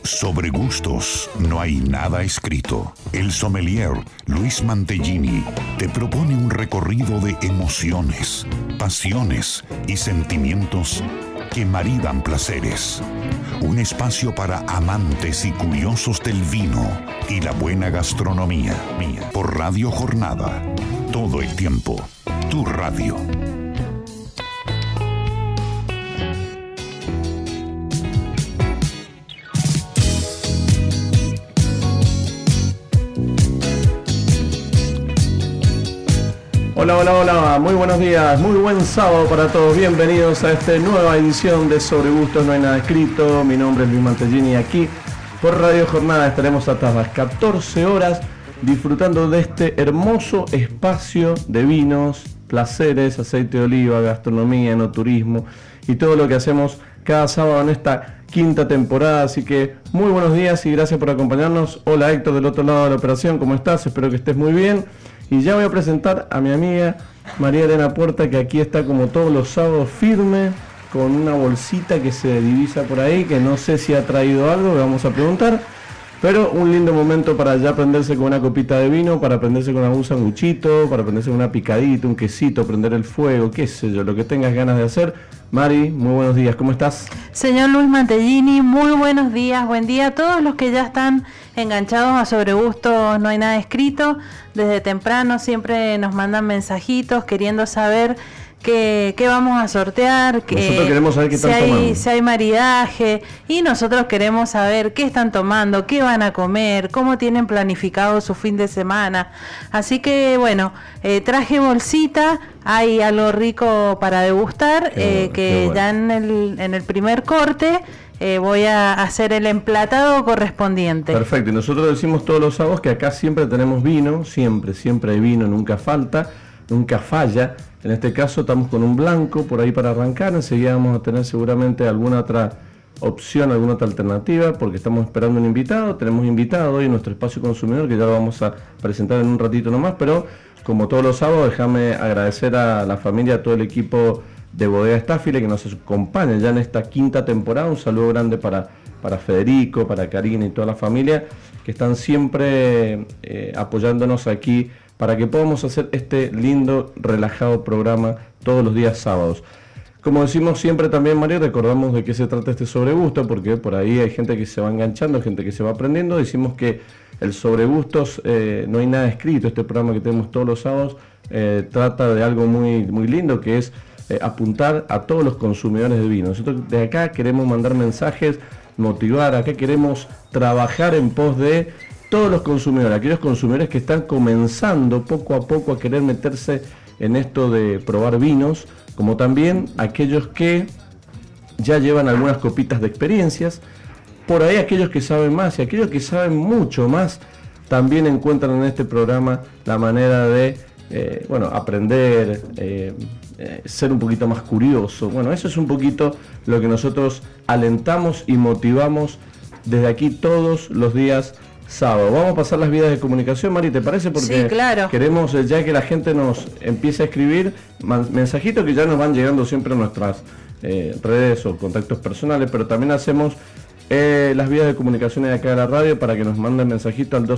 Sobre gustos no hay nada escrito. El sommelier Luis Mantellini te propone un recorrido de emociones, pasiones y sentimientos que maridan placeres. Un espacio para amantes y curiosos del vino y la buena gastronomía. Por Radio Jornada. Todo el tiempo. Tu radio. Hola, hola, hola, muy buenos días, muy buen sábado para todos, bienvenidos a esta nueva edición de Sobre Gustos No Hay Nada Escrito. Mi nombre es Luis Mantellini y aquí por Radio Jornada estaremos hasta las 14 horas disfrutando de este hermoso espacio de vinos, placeres, aceite de oliva, gastronomía, enoturismo y todo lo que hacemos cada sábado en esta quinta temporada. Así que muy buenos días y gracias por acompañarnos. Hola Héctor del otro lado de la operación, ¿cómo estás? Espero que estés muy bien. Y ya voy a presentar a mi amiga María Elena Puerta, que aquí está como todos los sábados firme, con una bolsita que se divisa por ahí, que no sé si ha traído algo, le vamos a preguntar. Pero un lindo momento para ya prenderse con una copita de vino, para prenderse con algún sanguchito, para prenderse con una picadita, un quesito, prender el fuego, qué sé yo, lo que tengas ganas de hacer. Mari, muy buenos días, ¿cómo estás? Señor Luis Mantellini, muy buenos días, buen día a todos los que ya están enganchados a Sobre Gustos No Hay Nada Escrito. Desde temprano siempre nos mandan mensajitos queriendo saber qué vamos a sortear, nosotros queremos saber qué están tomando, si hay maridaje, y nosotros queremos saber qué están tomando, qué van a comer, cómo tienen planificado su fin de semana. Así que bueno, traje bolsita, hay algo rico para degustar, que bueno. Ya en el primer corte voy a hacer el emplatado correspondiente. Perfecto, y nosotros decimos todos los sábados que acá siempre tenemos vino, siempre hay vino, nunca falta, nunca falla. En este caso estamos con un blanco por ahí para arrancar, enseguida vamos a tener seguramente alguna otra opción, alguna otra alternativa, porque estamos esperando un invitado. Tenemos invitado hoy en nuestro espacio consumidor, que ya lo vamos a presentar en un ratito nomás, pero como todos los sábados, déjame agradecer a la familia, a todo el equipo de Bodega Estáfile que nos acompaña ya en esta quinta temporada. Un saludo grande para Federico, para Karina y toda la familia que están siempre apoyándonos aquí para que podamos hacer este lindo, relajado programa todos los días sábados. Como decimos siempre también, María, recordamos de qué se trata este sobregusto, porque por ahí hay gente que se va enganchando, gente que se va aprendiendo. Decimos que el sobregustos no hay nada escrito. Este programa que tenemos todos los sábados trata de algo muy, muy lindo, que es apuntar a todos los consumidores de vino. Nosotros de acá queremos mandar mensajes, motivar, acá queremos trabajar en pos de todos los consumidores, aquellos consumidores que están comenzando poco a poco a querer meterse en esto de probar vinos, como también aquellos que ya llevan algunas copitas de experiencias. Por ahí aquellos que saben más y aquellos que saben mucho más también encuentran en este programa la manera de aprender, ser un poquito más curioso. Bueno, eso es un poquito lo que nosotros alentamos y motivamos desde aquí todos los días sábado. Vamos a pasar las vías de comunicación, Mari, ¿te parece? Porque sí, claro. Queremos ya que la gente nos empiece a escribir mensajitos que ya nos van llegando siempre a nuestras redes o contactos personales, pero también hacemos las vías de comunicación de acá de la radio para que nos manden mensajito al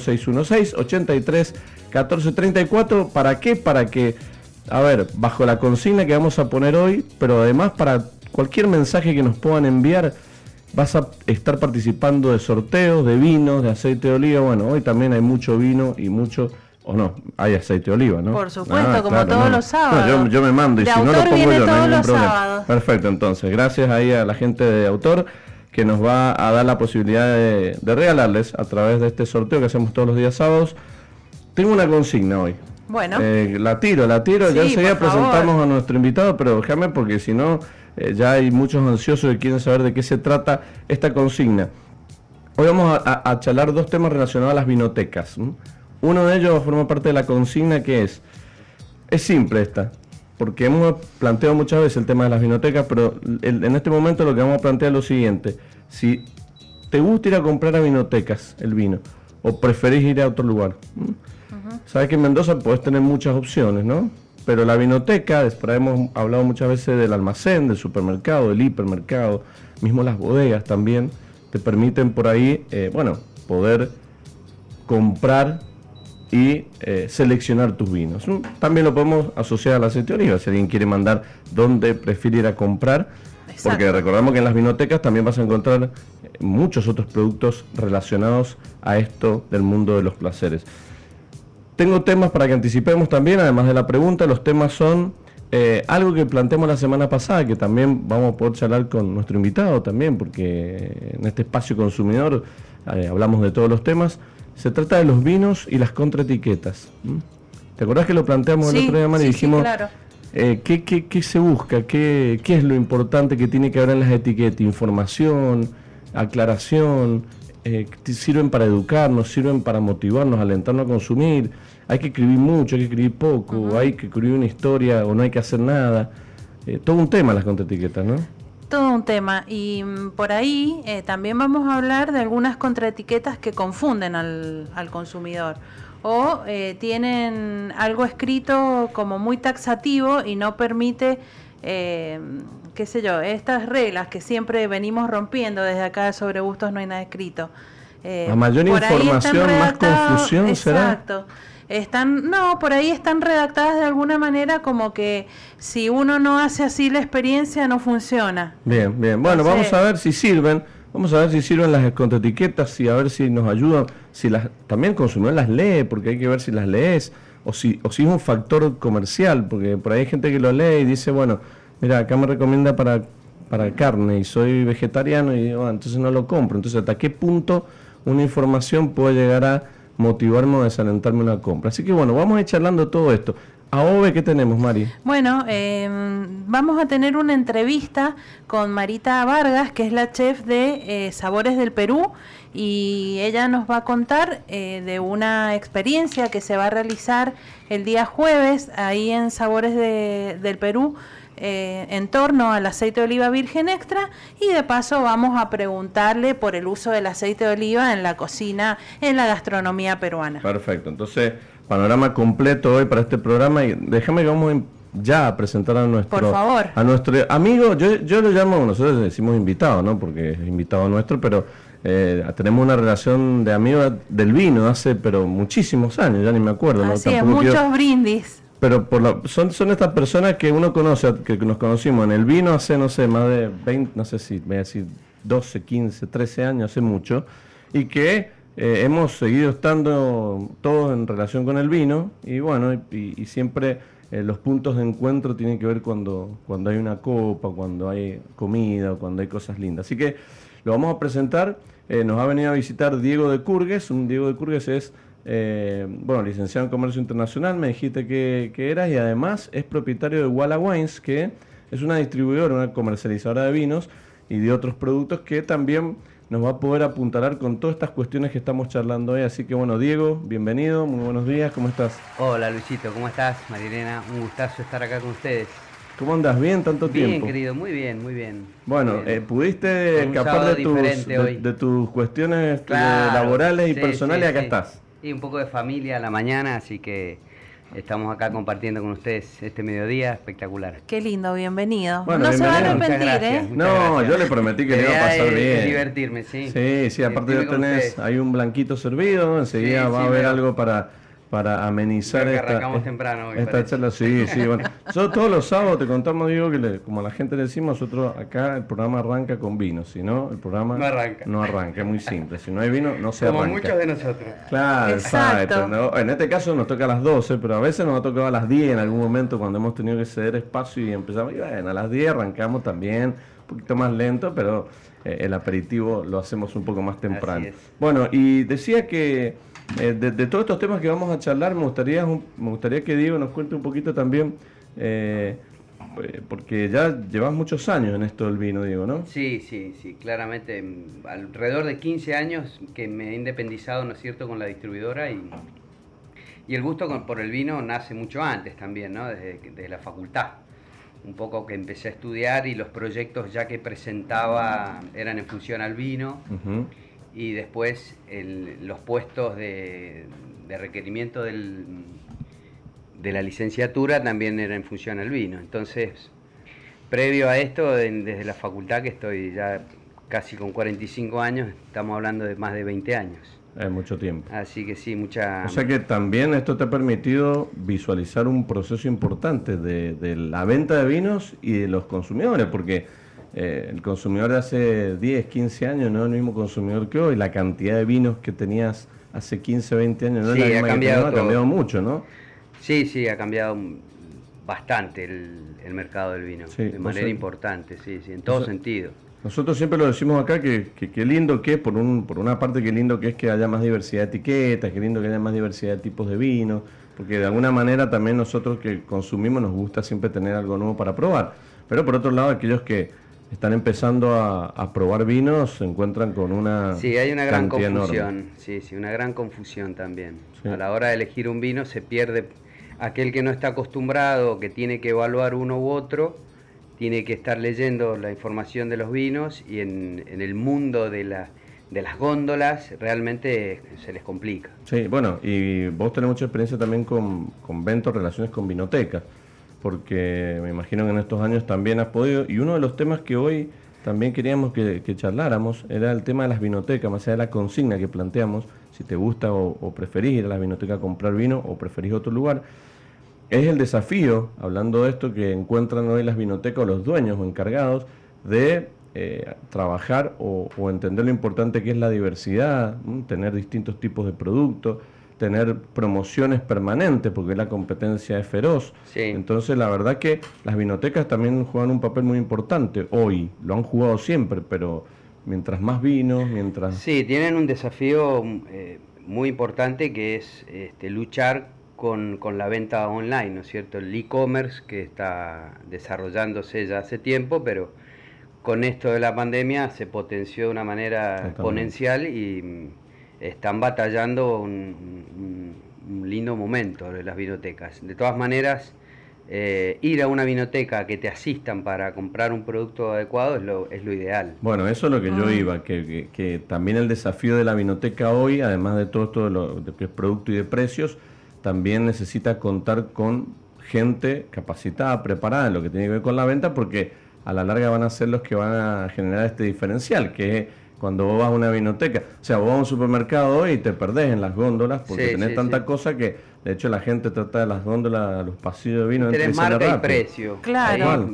2616-83-1434. ¿Para qué? Para que, a ver, bajo la consigna que vamos a poner hoy, pero además para cualquier mensaje que nos puedan enviar, vas a estar participando de sorteos, de vinos, de aceite de oliva. Bueno, hoy también hay mucho vino y mucho, o no, hay aceite de oliva, ¿no? Por supuesto, como todos los sábados. No, yo me mando y de si no lo pongo yo, no hay ningún problema. Sábados. Perfecto, entonces, gracias ahí a la gente de Autor que nos va a dar la posibilidad de regalarles a través de este sorteo que hacemos todos los días sábados. Tengo una consigna hoy. Bueno. La tiro, sí, ya enseguida presentamos favor a nuestro invitado, pero déjame porque si no... ya hay muchos ansiosos que quieren saber de qué se trata esta consigna. Hoy vamos a charlar dos temas relacionados a las vinotecas. Uno de ellos forma parte de la consigna, que es simple esta, porque hemos planteado muchas veces el tema de las vinotecas, pero en este momento lo que vamos a plantear es lo siguiente: si te gusta ir a comprar a vinotecas el vino, o preferís ir a otro lugar. Sabes que en Mendoza podés tener muchas opciones, ¿no? Pero la vinoteca, después hemos hablado muchas veces del almacén, del supermercado, del hipermercado, mismo las bodegas también, te permiten por ahí, poder comprar y seleccionar tus vinos. También lo podemos asociar al aceite de oliva, si alguien quiere mandar dónde prefiere ir a comprar. Exacto. Porque recordamos que en las vinotecas también vas a encontrar muchos otros productos relacionados a esto del mundo de los placeres. Tengo temas para que anticipemos también, además de la pregunta. Los temas son algo que planteamos la semana pasada, que también vamos a poder charlar con nuestro invitado también, porque en este espacio consumidor hablamos de todos los temas. Se trata de los vinos y las contraetiquetas. ¿Te acordás que lo planteamos el otro día, Mari? Y dijimos, sí, claro. ¿Qué se busca? ¿Qué es lo importante que tiene que haber en las etiquetas? Información, aclaración, sirven para educarnos, sirven para motivarnos, alentarnos a consumir. Hay que escribir mucho, hay que escribir poco, hay que escribir una historia o no hay que hacer nada. Todo un tema las contraetiquetas, ¿no? Todo un tema, y por ahí también vamos a hablar de algunas contraetiquetas que confunden al consumidor o tienen algo escrito como muy taxativo y no permite, qué sé yo, estas reglas que siempre venimos rompiendo desde acá de Sobre Gustos No Hay Nada Escrito. A mayor información, más confusión. Exacto. ¿Será? Por ahí están redactadas de alguna manera como que si uno no hace así la experiencia no funciona. Bien. Bueno, entonces, vamos a ver si sirven. Vamos a ver si sirven las contraetiquetas y a ver si nos ayudan. Si también el consumidor las lee, porque hay que ver si las lees o si es un factor comercial, porque por ahí hay gente que lo lee y dice, bueno, mira, acá me recomienda para carne y soy vegetariano y entonces no lo compro. Entonces, ¿hasta qué punto una información puede llegar a motivarme o desalentarme una compra? Así que bueno, vamos a ir charlando todo esto. A OVE, ¿qué tenemos, Mari? Bueno, vamos a tener una entrevista con Marita Vargas, que es la chef de Sabores del Perú, y ella nos va a contar de una experiencia que se va a realizar el día jueves ahí en Sabores del Perú, en torno al aceite de oliva virgen extra, y de paso vamos a preguntarle por el uso del aceite de oliva en la cocina, en la gastronomía peruana. Perfecto, entonces panorama completo hoy para este programa, y déjame que vamos ya a presentar a nuestro, por favor, a nuestro amigo. Yo lo llamo, nosotros le decimos invitado, ¿no? Porque es invitado nuestro, pero tenemos una relación de amigos del vino hace muchísimos años, ya ni me acuerdo. Así ¿no? es, muchos brindis. Pero son estas personas que uno conoce, que nos conocimos en el vino hace, no sé, más de 20, no sé si voy a decir 12, 15, 13 años, hace mucho, y que hemos seguido estando todos en relación con el vino, y bueno, y siempre los puntos de encuentro tienen que ver cuando hay una copa, cuando hay comida, cuando hay cosas lindas. Así que lo vamos a presentar. Nos ha venido a visitar Diego de Curgues. Diego de Curgues es licenciado en Comercio Internacional, me dijiste que eras, y además es propietario de Walla Wines, que es una distribuidora, una comercializadora de vinos y de otros productos que también nos va a poder apuntalar con todas estas cuestiones que estamos charlando hoy. Así que bueno, Diego, bienvenido, muy buenos días, ¿cómo estás? Hola Luisito, ¿cómo estás? Marilena, un gustazo estar acá con ustedes. ¿Cómo andas? ¿Bien? ¿Tanto tiempo? Bien, querido, muy bien, muy bien. Bueno, pudiste escapar de tus cuestiones laborales y personales, acá estás. Y un poco de familia a la mañana, así que estamos acá compartiendo con ustedes este mediodía espectacular. Qué lindo, bienvenido. Bueno, no bienvenido. Se va a arrepentir, ¿eh? No, yo le prometí que le iba a pasar bien. Divertirme, sí. Sí, aparte ya tenés ahí un blanquito servido, enseguida va a haber algo para amenizar esta charla. Sí, bueno. Nosotros todos los sábados te contamos, Diego, que como a la gente le decimos, nosotros acá el programa arranca con vino, si no, el programa no arranca, es muy simple. Si no hay vino, no se arranca. Como muchos de nosotros. Claro, exacto. ¿No? En este caso nos toca a las 12, pero a veces nos ha tocado a las 10 en algún momento cuando hemos tenido que ceder espacio y empezamos, y bueno, a las 10 arrancamos también, un poquito más lento, pero el aperitivo lo hacemos un poco más temprano. Bueno, y decía que de todos estos temas que vamos a charlar, me gustaría que Diego nos cuente un poquito también, porque ya llevas muchos años en esto del vino, Diego, ¿no? Sí, claramente, alrededor de 15 años que me he independizado, ¿no es cierto?, con la distribuidora, y el gusto por el vino nace mucho antes también, ¿no?, desde la facultad, un poco que empecé a estudiar y los proyectos ya que presentaba eran en función al vino. Uh-huh. Y después los puestos de requerimiento de la licenciatura también eran en función al vino. Entonces, previo a esto, desde la facultad, que estoy ya casi con 45 años, estamos hablando de más de 20 años. Es mucho tiempo. Así que sí, mucha... O sea que también esto te ha permitido visualizar un proceso importante de la venta de vinos y de los consumidores, porque el consumidor de hace 10, 15 años no es el mismo consumidor que hoy. La cantidad de vinos que tenías hace 15, 20 años no es la misma que tenías, ha cambiado mucho, ¿no? Sí, ha cambiado bastante el mercado del vino, sí, de manera importante, sí, en todo sentido. Nosotros siempre lo decimos acá que lindo que es, por una parte que lindo que es que haya más diversidad de etiquetas, que lindo que haya más diversidad de tipos de vino, porque de alguna manera también nosotros que consumimos nos gusta siempre tener algo nuevo para probar. Pero por otro lado, aquellos que están empezando a probar vinos se encuentran con una Sí, hay una gran confusión, enorme. sí, una gran confusión también. Sí. A la hora de elegir un vino se pierde aquel que no está acostumbrado, que tiene que evaluar uno u otro, tiene que estar leyendo la información de los vinos y en el mundo de las góndolas realmente se les complica. Sí, bueno, y vos tenés mucha experiencia también con ventas, relaciones con vinotecas, porque me imagino que en estos años también has podido, y uno de los temas que hoy también queríamos que charláramos era el tema de las vinotecas, más allá de la consigna que planteamos, si te gusta o preferís ir a la vinoteca a comprar vino o preferís otro lugar. Es el desafío, hablando de esto, que encuentran hoy las vinotecas o los dueños o encargados de trabajar o entender lo importante que es la diversidad, tener distintos tipos de productos, tener promociones permanentes, porque la competencia es feroz. Sí. Entonces, la verdad que las vinotecas también juegan un papel muy importante hoy, lo han jugado siempre, pero mientras más vinos, mientras... Sí, tienen un desafío muy importante que es luchar con la venta online, ¿no es cierto? El e-commerce que está desarrollándose ya hace tiempo, pero con esto de la pandemia se potenció de una manera exponencial y están batallando un lindo momento de las vinotecas. De todas maneras, ir a una vinoteca que te asistan para comprar un producto adecuado es lo ideal. Bueno, eso es lo que yo iba, que también el desafío de la vinoteca hoy, además de todo esto de que es producto y de precios, también necesita contar con gente capacitada, preparada en lo que tiene que ver con la venta, porque a la larga van a ser los que van a generar este diferencial, que es cuando vos vas a una vinoteca. O sea, vos vas a un supermercado hoy y te perdés en las góndolas porque tenés tanta cosa que, de hecho, la gente trata de las góndolas, los pasillos de vino. Tenés marca y precio. Claro.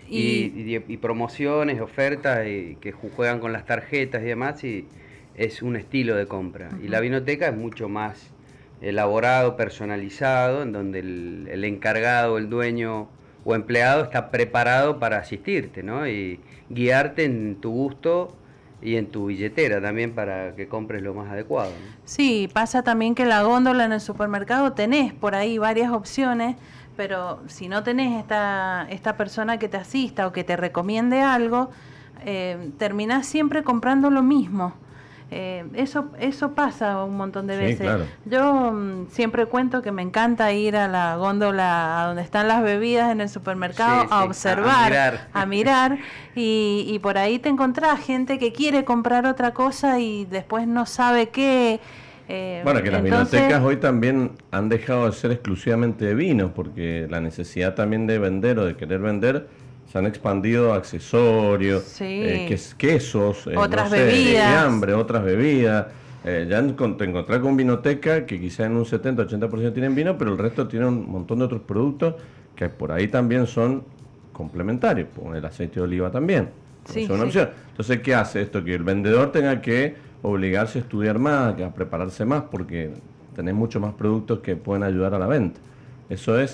Y promociones, ofertas que juegan con las tarjetas y demás, y es un estilo de compra. Y la vinoteca es mucho más elaborado, personalizado, en donde el encargado, el dueño o empleado está preparado para asistirte, ¿no? Y guiarte en tu gusto y en tu billetera también para que compres lo más adecuado, ¿no? Sí, pasa también que la góndola en el supermercado tenés por ahí varias opciones, pero si no tenés esta persona que te asista o que te recomiende algo, terminás siempre comprando lo mismo. Eso pasa un montón de veces. Claro. Yo siempre cuento que me encanta ir a la góndola a donde están las bebidas en el supermercado, a observar, a mirar y por ahí te encontrás gente que quiere comprar otra cosa y después no sabe qué. Bueno, que las vinotecas hoy también han dejado de ser exclusivamente de vinos, porque la necesidad también de vender o de querer vender se han expandido accesorios, quesos, otras bebidas, hambre, otras bebidas. Ya te encontrás con vinoteca que quizá en un 70-80% tienen vino, pero el resto tiene un montón de otros productos que por ahí también son complementarios, como el aceite de oliva también. Es una opción. Entonces, ¿qué hace esto? Que el vendedor tenga que obligarse a estudiar más, a prepararse más, porque tenés muchos más productos que pueden ayudar a la venta. Eso es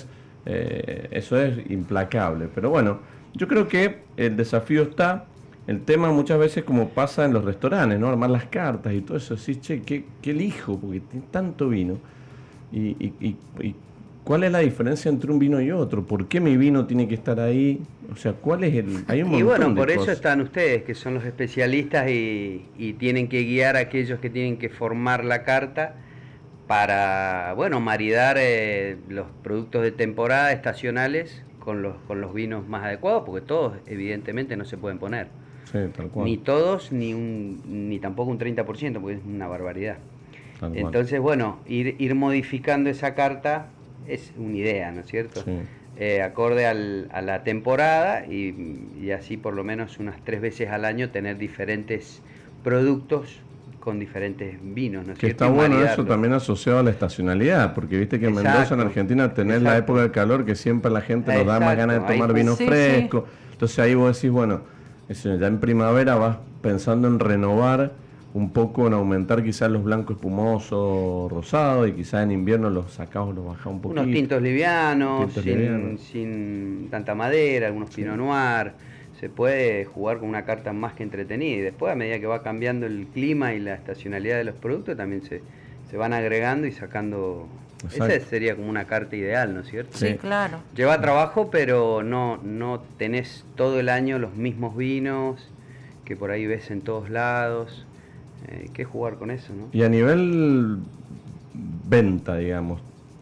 implacable. Pero bueno, yo creo que el desafío está, el tema muchas veces como pasa en los restaurantes, ¿no? Armar las cartas y todo eso, así, che, ¿qué elijo? Porque tiene tanto vino. Y ¿cuál es la diferencia entre un vino y otro? ¿Por qué mi vino tiene que estar ahí? O sea, ¿cuál es el...? Hay un montón y bueno, por de eso cosas. están ustedes, que son los especialistas y tienen que guiar a aquellos que tienen que formar la carta para, bueno, maridar los productos de temporada, estacionales, con los vinos más adecuados, porque todos evidentemente no se pueden poner. Sí, tal cual. Ni todos, ni tampoco un 30%, porque es una barbaridad. Tal cual. Entonces, bueno, ir modificando esa carta es una idea, ¿no es cierto? Sí. acorde a la temporada y así por lo menos unas 3 veces al año tener diferentes productos con diferentes vinos, ¿no es que cierto? está bueno eso también asociado a la estacionalidad, porque viste que en Mendoza, en Argentina, tenés la época de calor que siempre la gente nos da más ganas de tomar vino fresco. Entonces ahí vos decís, bueno, ya en primavera vas pensando en renovar un poco, en aumentar quizás los blancos espumosos, rosados, y quizás en invierno los sacás, los bajás un poquito. Unos tintos livianos, sin tanta madera, algunos Pinot Noir. Se puede jugar con una carta más que entretenida, y después a medida que va cambiando el clima y la estacionalidad de los productos también se van agregando y sacando. Exacto. Esa sería como una carta ideal, ¿no es cierto? Sí, claro. Lleva trabajo, pero no tenés todo el año los mismos vinos que por ahí ves en todos lados. Hay que jugar con eso, ¿no? Y a nivel venta, digamos,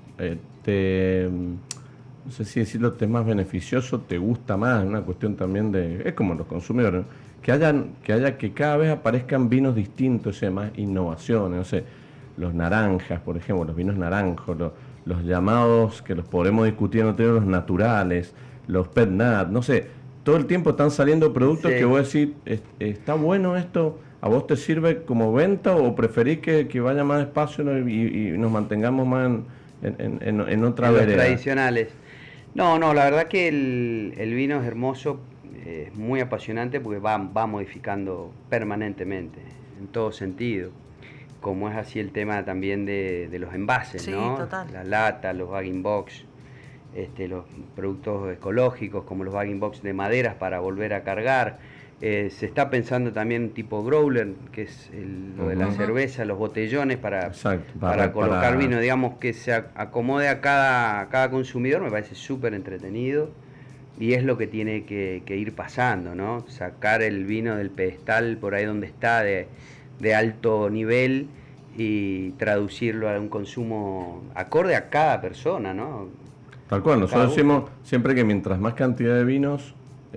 no sé si decirlo, te es más beneficioso, te gusta más, es una cuestión también de, es como los consumidores, ¿no? que cada vez aparezcan vinos distintos, más innovaciones, no sé, los naranjas, por ejemplo, los vinos naranjos, los llamados, que los podremos discutir en otro, los naturales, los pet nat, no sé, todo el tiempo están saliendo productos que vos decís, ¿está bueno esto? ¿A vos te sirve como venta o preferís que vaya más despacio, ¿no? y nos mantengamos más en otra vereda? Los tradicionales. No, la verdad que el vino es hermoso, es muy apasionante porque va modificando permanentemente, en todo sentido. Como es así el tema también de los envases, ¿no? Total. La lata, los bag-in-box, los productos ecológicos como los bag-in-box de maderas para volver a cargar. Se está pensando también tipo growler, que es lo de la cerveza, los botellones para colocar vino, digamos, que se acomode a cada consumidor. Me parece súper entretenido y es lo que tiene que ir pasando, ¿no? Sacar el vino del pedestal por ahí donde está de alto nivel y traducirlo a un consumo acorde a cada persona, ¿no? Tal cual, nosotros decimos siempre que mientras más cantidad de vinos,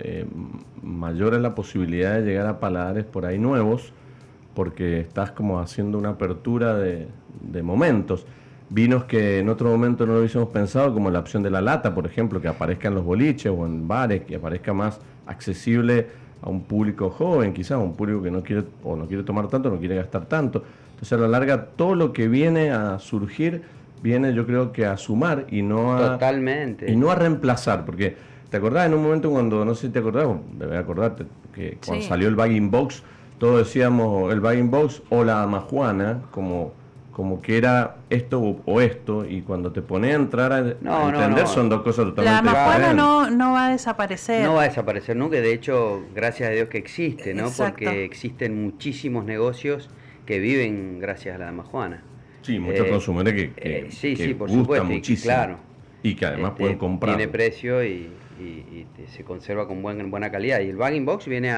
mayor es la posibilidad de llegar a paladares por ahí nuevos, porque estás como haciendo una apertura de momentos. Vinos que en otro momento no lo hubiésemos pensado, como la opción de la lata, por ejemplo, que aparezca en los boliches o en bares, que aparezca más accesible a un público joven, quizás un público que no quiere tomar tanto, no quiere gastar tanto. Entonces a la larga todo lo que viene a surgir viene, yo creo, que a sumar y no a reemplazar, porque ¿te acordás en un momento cuando, no sé si te acordás, debes acordarte, que cuando salió el bag-in-box, todos decíamos el bag-in-box o la damajuana, como que era esto o esto, y cuando te pones a entrar a entender son dos cosas totalmente diferentes. La damajuana no va a desaparecer. No va a desaparecer nunca, de hecho, gracias a Dios que existe, ¿no? Exacto. Porque existen muchísimos negocios que viven gracias a la damajuana. Sí, muchos consumidores que por gustan supuesto, muchísimo. Claro. Y que además pueden comprar. Tiene precio y se conserva con buena calidad. Y el bag-in-box viene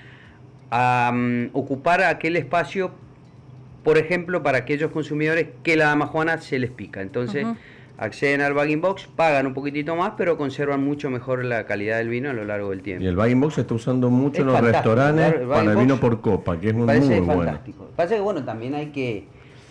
a ocupar aquel espacio, por ejemplo, para aquellos consumidores que la damajuana se les pica. Entonces acceden al bag-in-box, pagan un poquitito más, pero conservan mucho mejor la calidad del vino a lo largo del tiempo. Y el bag-in-box se está usando mucho en los restaurantes para el vino por copa, que es muy bueno. Fantástico. Pasa que, bueno, también hay que...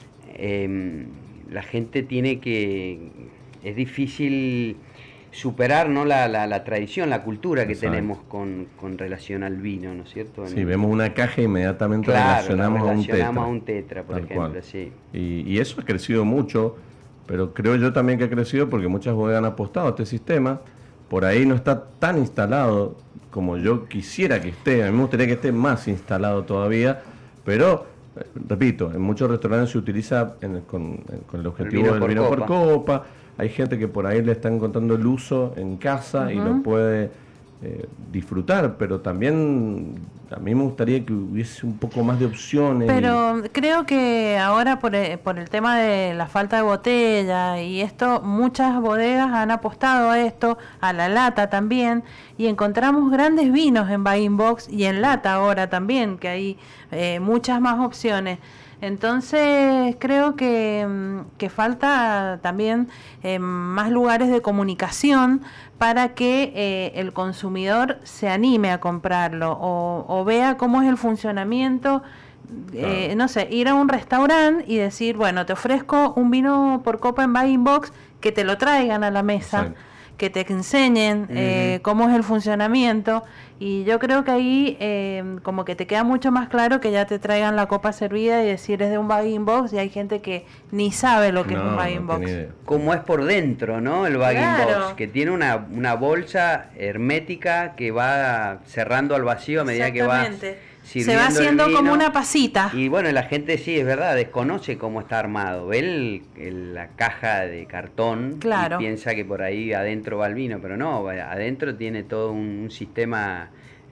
la gente tiene que... Es difícil superar, ¿no? la tradición, la cultura que tenemos con relación al vino, ¿no es cierto? Sí, vemos una caja e inmediatamente relacionamos a un tetra, por ejemplo. Sí. Y eso ha crecido mucho, pero creo yo también que ha crecido porque muchas bodegas han apostado a este sistema. Por ahí no está tan instalado como yo quisiera que esté. A mí me gustaría que esté más instalado todavía, pero... repito, en muchos restaurantes se utiliza con el objetivo del vino por copa. Hay gente que por ahí le está encontrando el uso en casa y lo puede disfrutar, pero también a mí me gustaría que hubiese un poco más de opciones. Pero creo que ahora por el tema de la falta de botella y esto, muchas bodegas han apostado a esto, a la lata también, y encontramos grandes vinos en bag-in-box y en lata ahora también, que hay muchas más opciones. Entonces creo que falta también más lugares de comunicación para que el consumidor se anime a comprarlo o vea cómo es el funcionamiento. Claro. No sé, ir a un restaurante y decir, bueno, te ofrezco un vino por copa en bag-in-box, que te lo traigan a la mesa. Sí. que te enseñen cómo es el funcionamiento, y yo creo que ahí como que te queda mucho más claro que ya te traigan la copa servida y decir es de un bag-in-box, y hay gente que ni sabe lo que es un bag-in-box. Como es por dentro, ¿no? El bag-in-box, Claro. que tiene una bolsa hermética que va cerrando al vacío a medida que va Se va sirviendo el haciendo vino. como una pasita. Y bueno, la gente sí, es verdad, desconoce cómo está armado. Ve la caja de cartón Claro. y piensa que por ahí adentro va el vino, pero no, adentro tiene todo un sistema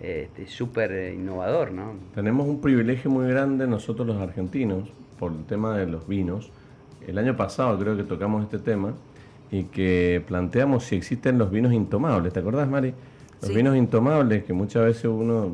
súper innovador, ¿no? Tenemos un privilegio muy grande nosotros los argentinos por el tema de los vinos. El año pasado creo que tocamos este tema y que planteamos si existen los vinos intomables. ¿Te acordás, Mari? Los Sí. vinos intomables, que muchas veces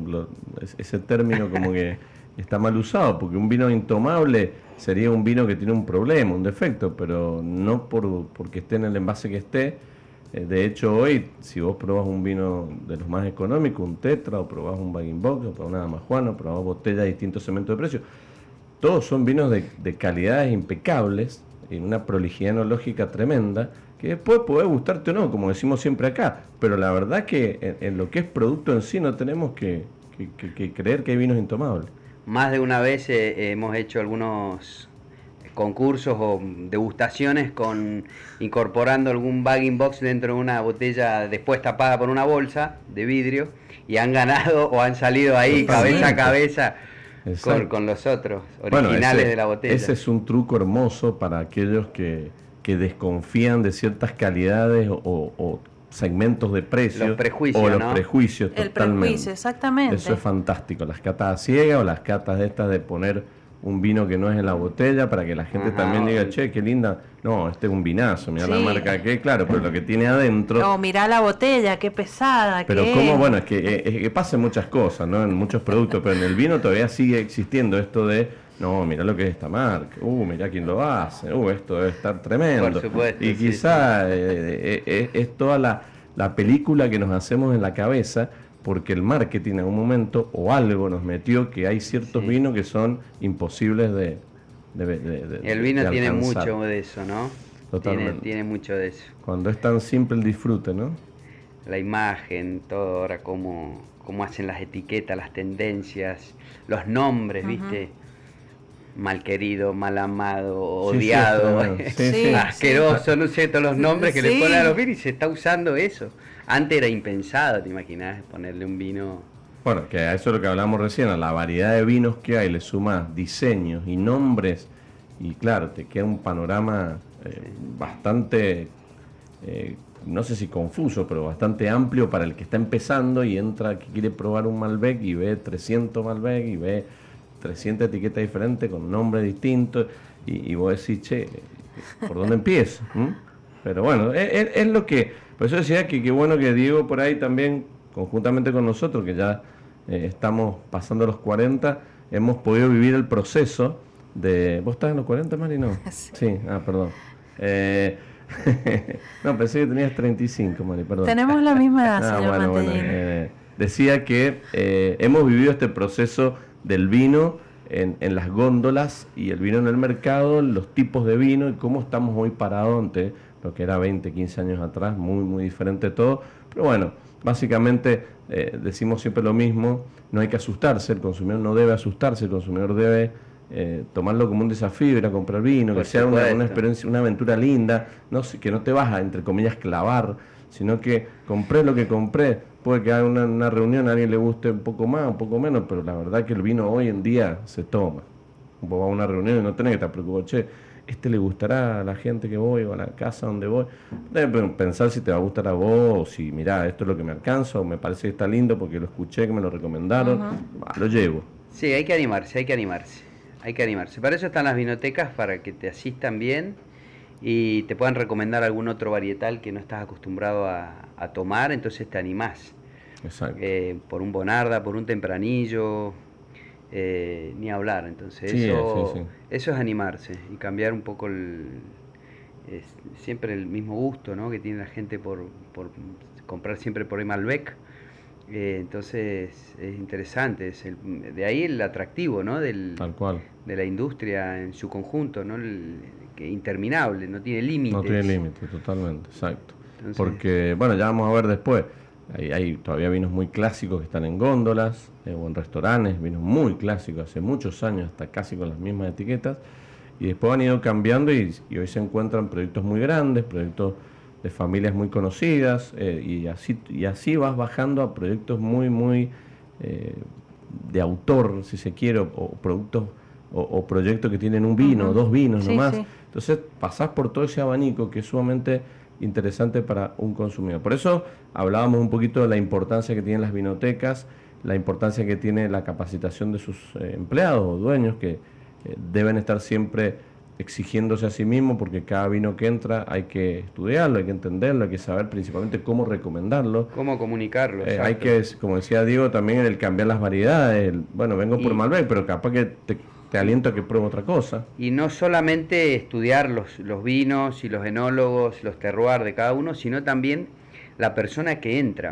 ese término como que está mal usado, porque un vino intomable sería un vino que tiene un problema, un defecto, pero no porque esté en el envase que esté. De hecho, hoy, si vos probás un vino de los más económicos, un Tetra, o probás un Bag-in-Box, o probás una Damajuana, o probás botellas de distintos segmentos de precio, todos son vinos de calidades impecables, en una prolijidad enológica tremenda, que después puede gustarte o no, como decimos siempre acá, pero la verdad que en lo que es producto en sí no tenemos que creer que hay vinos intomables. Más de una vez hemos hecho algunos concursos o degustaciones incorporando algún bag-in-box dentro de una botella después tapada por una bolsa de vidrio, y han ganado o han salido ahí cabeza a cabeza con los otros originales de la botella. Ese es un truco hermoso para aquellos que desconfían de ciertas calidades o segmentos de precios. Los prejuicios, o los ¿no? prejuicios, El totalmente. prejuicio, exactamente. Eso es fantástico. Las catas ciegas o las catas estas de poner un vino que no es en la botella para que la gente también diga, che, qué linda. No, este es un vinazo, mirá la marca que, claro, pero lo que tiene adentro. No, mirá la botella, qué pesada. Pero qué... cómo, bueno, es que pasan muchas cosas, ¿no? En muchos productos, pero en el vino todavía sigue existiendo esto de, no, mirá lo que es esta marca, mirá quién lo hace, esto debe estar tremendo. Por supuesto, y quizá es toda la película que nos hacemos en la cabeza, porque el marketing en un momento o algo nos metió que hay ciertos vinos que son imposibles de el vino tiene alcanzar. mucho de eso, ¿no? Totalmente. Tiene mucho de eso. Cuando es tan simple el disfrute, ¿no? La imagen, todo ahora cómo hacen las etiquetas, las tendencias, los nombres, ¿viste? Mal querido, mal amado, odiado, asqueroso, no sé, todos los nombres que le ponen a los vinos, y se está usando eso. Antes era impensado, ¿te imaginas? Ponerle un vino... Bueno, que a eso es lo que hablamos recién, a la variedad de vinos que hay, le sumas diseños y nombres, y claro, te queda un panorama bastante, no sé si confuso, pero bastante amplio para el que está empezando y entra, que quiere probar un Malbec y ve 300 Malbec y ve 300 etiquetas diferentes con nombres distintos, y vos decís, che, ¿por dónde empiezo? Pero bueno, es lo que... Por eso decía que qué bueno que Diego por ahí también, conjuntamente con nosotros, que ya estamos pasando los 40, hemos podido vivir el proceso de... ¿Vos estás en los 40, Mari? No. Sí, perdón. No, pensé que tenías 35, Mari, perdón. Tenemos la misma edad, señor Mantellini. Decía que hemos vivido este proceso del vino en las góndolas y el vino en el mercado, los tipos de vino y cómo estamos hoy parados ante lo que era 20, 15 años atrás, muy, muy diferente todo. Pero bueno, básicamente decimos siempre lo mismo, no hay que asustarse, el consumidor no debe asustarse, el consumidor debe tomarlo como un desafío, ir a comprar vino, que sea una experiencia, una aventura linda, que no te vas a, entre comillas, clavar, sino que compré lo que compré. Puede que haga una reunión, a alguien le guste un poco más, un poco menos, pero la verdad que el vino hoy en día se toma. Vos vas a una reunión y no tenés que estar preocupado, che, le gustará a la gente que voy o a la casa donde voy. Debes pensar si te va a gustar a vos, o si, mirá, esto es lo que me alcanza, o me parece que está lindo porque lo escuché, que me lo recomendaron, lo llevo. Sí, hay que animarse, hay que animarse. Hay que animarse. Para eso están las vinotecas, para que te asistan bien y te puedan recomendar algún otro varietal que no estás acostumbrado a tomar, entonces te animás. Exacto. Por un Bonarda, por un Tempranillo, ni hablar. Entonces sí, eso es animarse y cambiar un poco siempre el mismo gusto, ¿no?, que tiene la gente por comprar siempre por ahí Malbec. Entonces es interesante, de ahí el atractivo, ¿no?, Tal cual. de la industria en su conjunto, ¿no?, que interminable, no tiene límites. No tiene límite, totalmente, exacto. Entonces, porque, bueno, ya vamos a ver después. Hay todavía vinos muy clásicos que están en góndolas o en restaurantes, vinos muy clásicos, hace muchos años, hasta casi con las mismas etiquetas, y después han ido cambiando y hoy se encuentran proyectos muy grandes, proyectos de familias muy conocidas, y así vas bajando a proyectos muy de autor, si se quiere, o productos o proyectos que tienen un vino, dos vinos nomás. Sí. Entonces pasás por todo ese abanico que es sumamente interesante para un consumidor. Por eso hablábamos un poquito de la importancia que tienen las vinotecas, la importancia que tiene la capacitación de sus empleados o dueños, que deben estar siempre exigiéndose a sí mismos, porque cada vino que entra hay que estudiarlo, hay que entenderlo, hay que saber principalmente cómo recomendarlo, cómo comunicarlo. Hay que, como decía Diego, también el cambiar las variedades. Bueno, vengo por Malbec, pero capaz que te aliento a que pruebe otra cosa. Y no solamente estudiar los vinos y los enólogos, los terroirs de cada uno, sino también la persona que entra.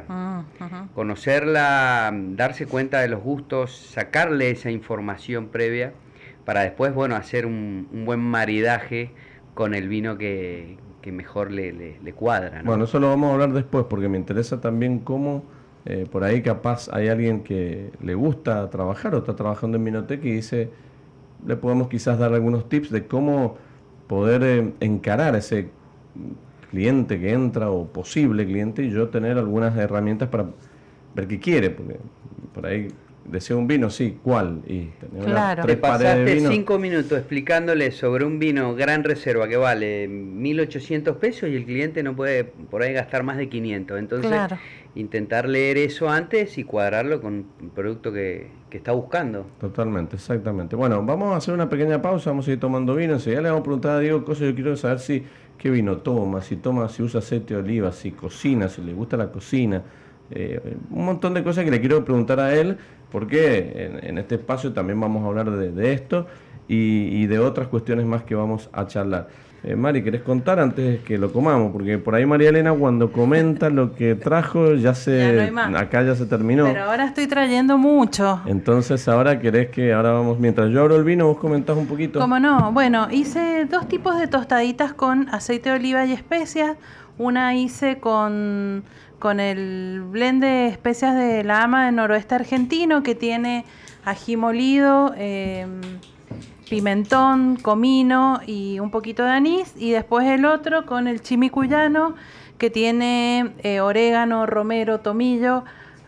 Conocerla, darse cuenta de los gustos, sacarle esa información previa para después, bueno, hacer un buen maridaje con el vino que mejor le cuadra, ¿no? Bueno, eso lo vamos a hablar después, porque me interesa también cómo por ahí capaz hay alguien que le gusta trabajar o está trabajando en vinoteca y dice, le podemos quizás dar algunos tips de cómo poder encarar a ese cliente que entra o posible cliente, y yo tener algunas herramientas para ver qué quiere, porque por ahí desea un vino, sí, ¿cuál? Y claro. Te pasaste 5 minutos explicándole sobre un vino Gran Reserva que vale 1.800 pesos y el cliente no puede por ahí gastar más de 500. Entonces, claro, intentar leer eso antes y cuadrarlo con el producto que está buscando. Totalmente, exactamente. Bueno, vamos a hacer una pequeña pausa, vamos a ir tomando vino. Enseguida le vamos a preguntar a Diego cosas. Yo quiero saber qué vino toma, si usa aceite de oliva, si cocina, si le gusta la cocina. Un montón de cosas que le quiero preguntar a él, porque en este espacio también vamos a hablar de esto y de otras cuestiones más que vamos a charlar. Mari, ¿querés contar antes que lo comamos? Porque por ahí María Elena cuando comenta lo que trajo ya no hay más. Acá ya se terminó. Pero ahora estoy trayendo mucho. Entonces ahora vamos, mientras yo abro el vino, vos comentás un poquito. ¿Cómo no? Bueno, hice 2 tipos de tostaditas con aceite de oliva y especias. Una hice con el blend de especias de la Ama del Noroeste Argentino, que tiene ají molido, pimentón, comino y un poquito de anís. Y después el otro con el chimicuyano, que tiene orégano, romero, tomillo,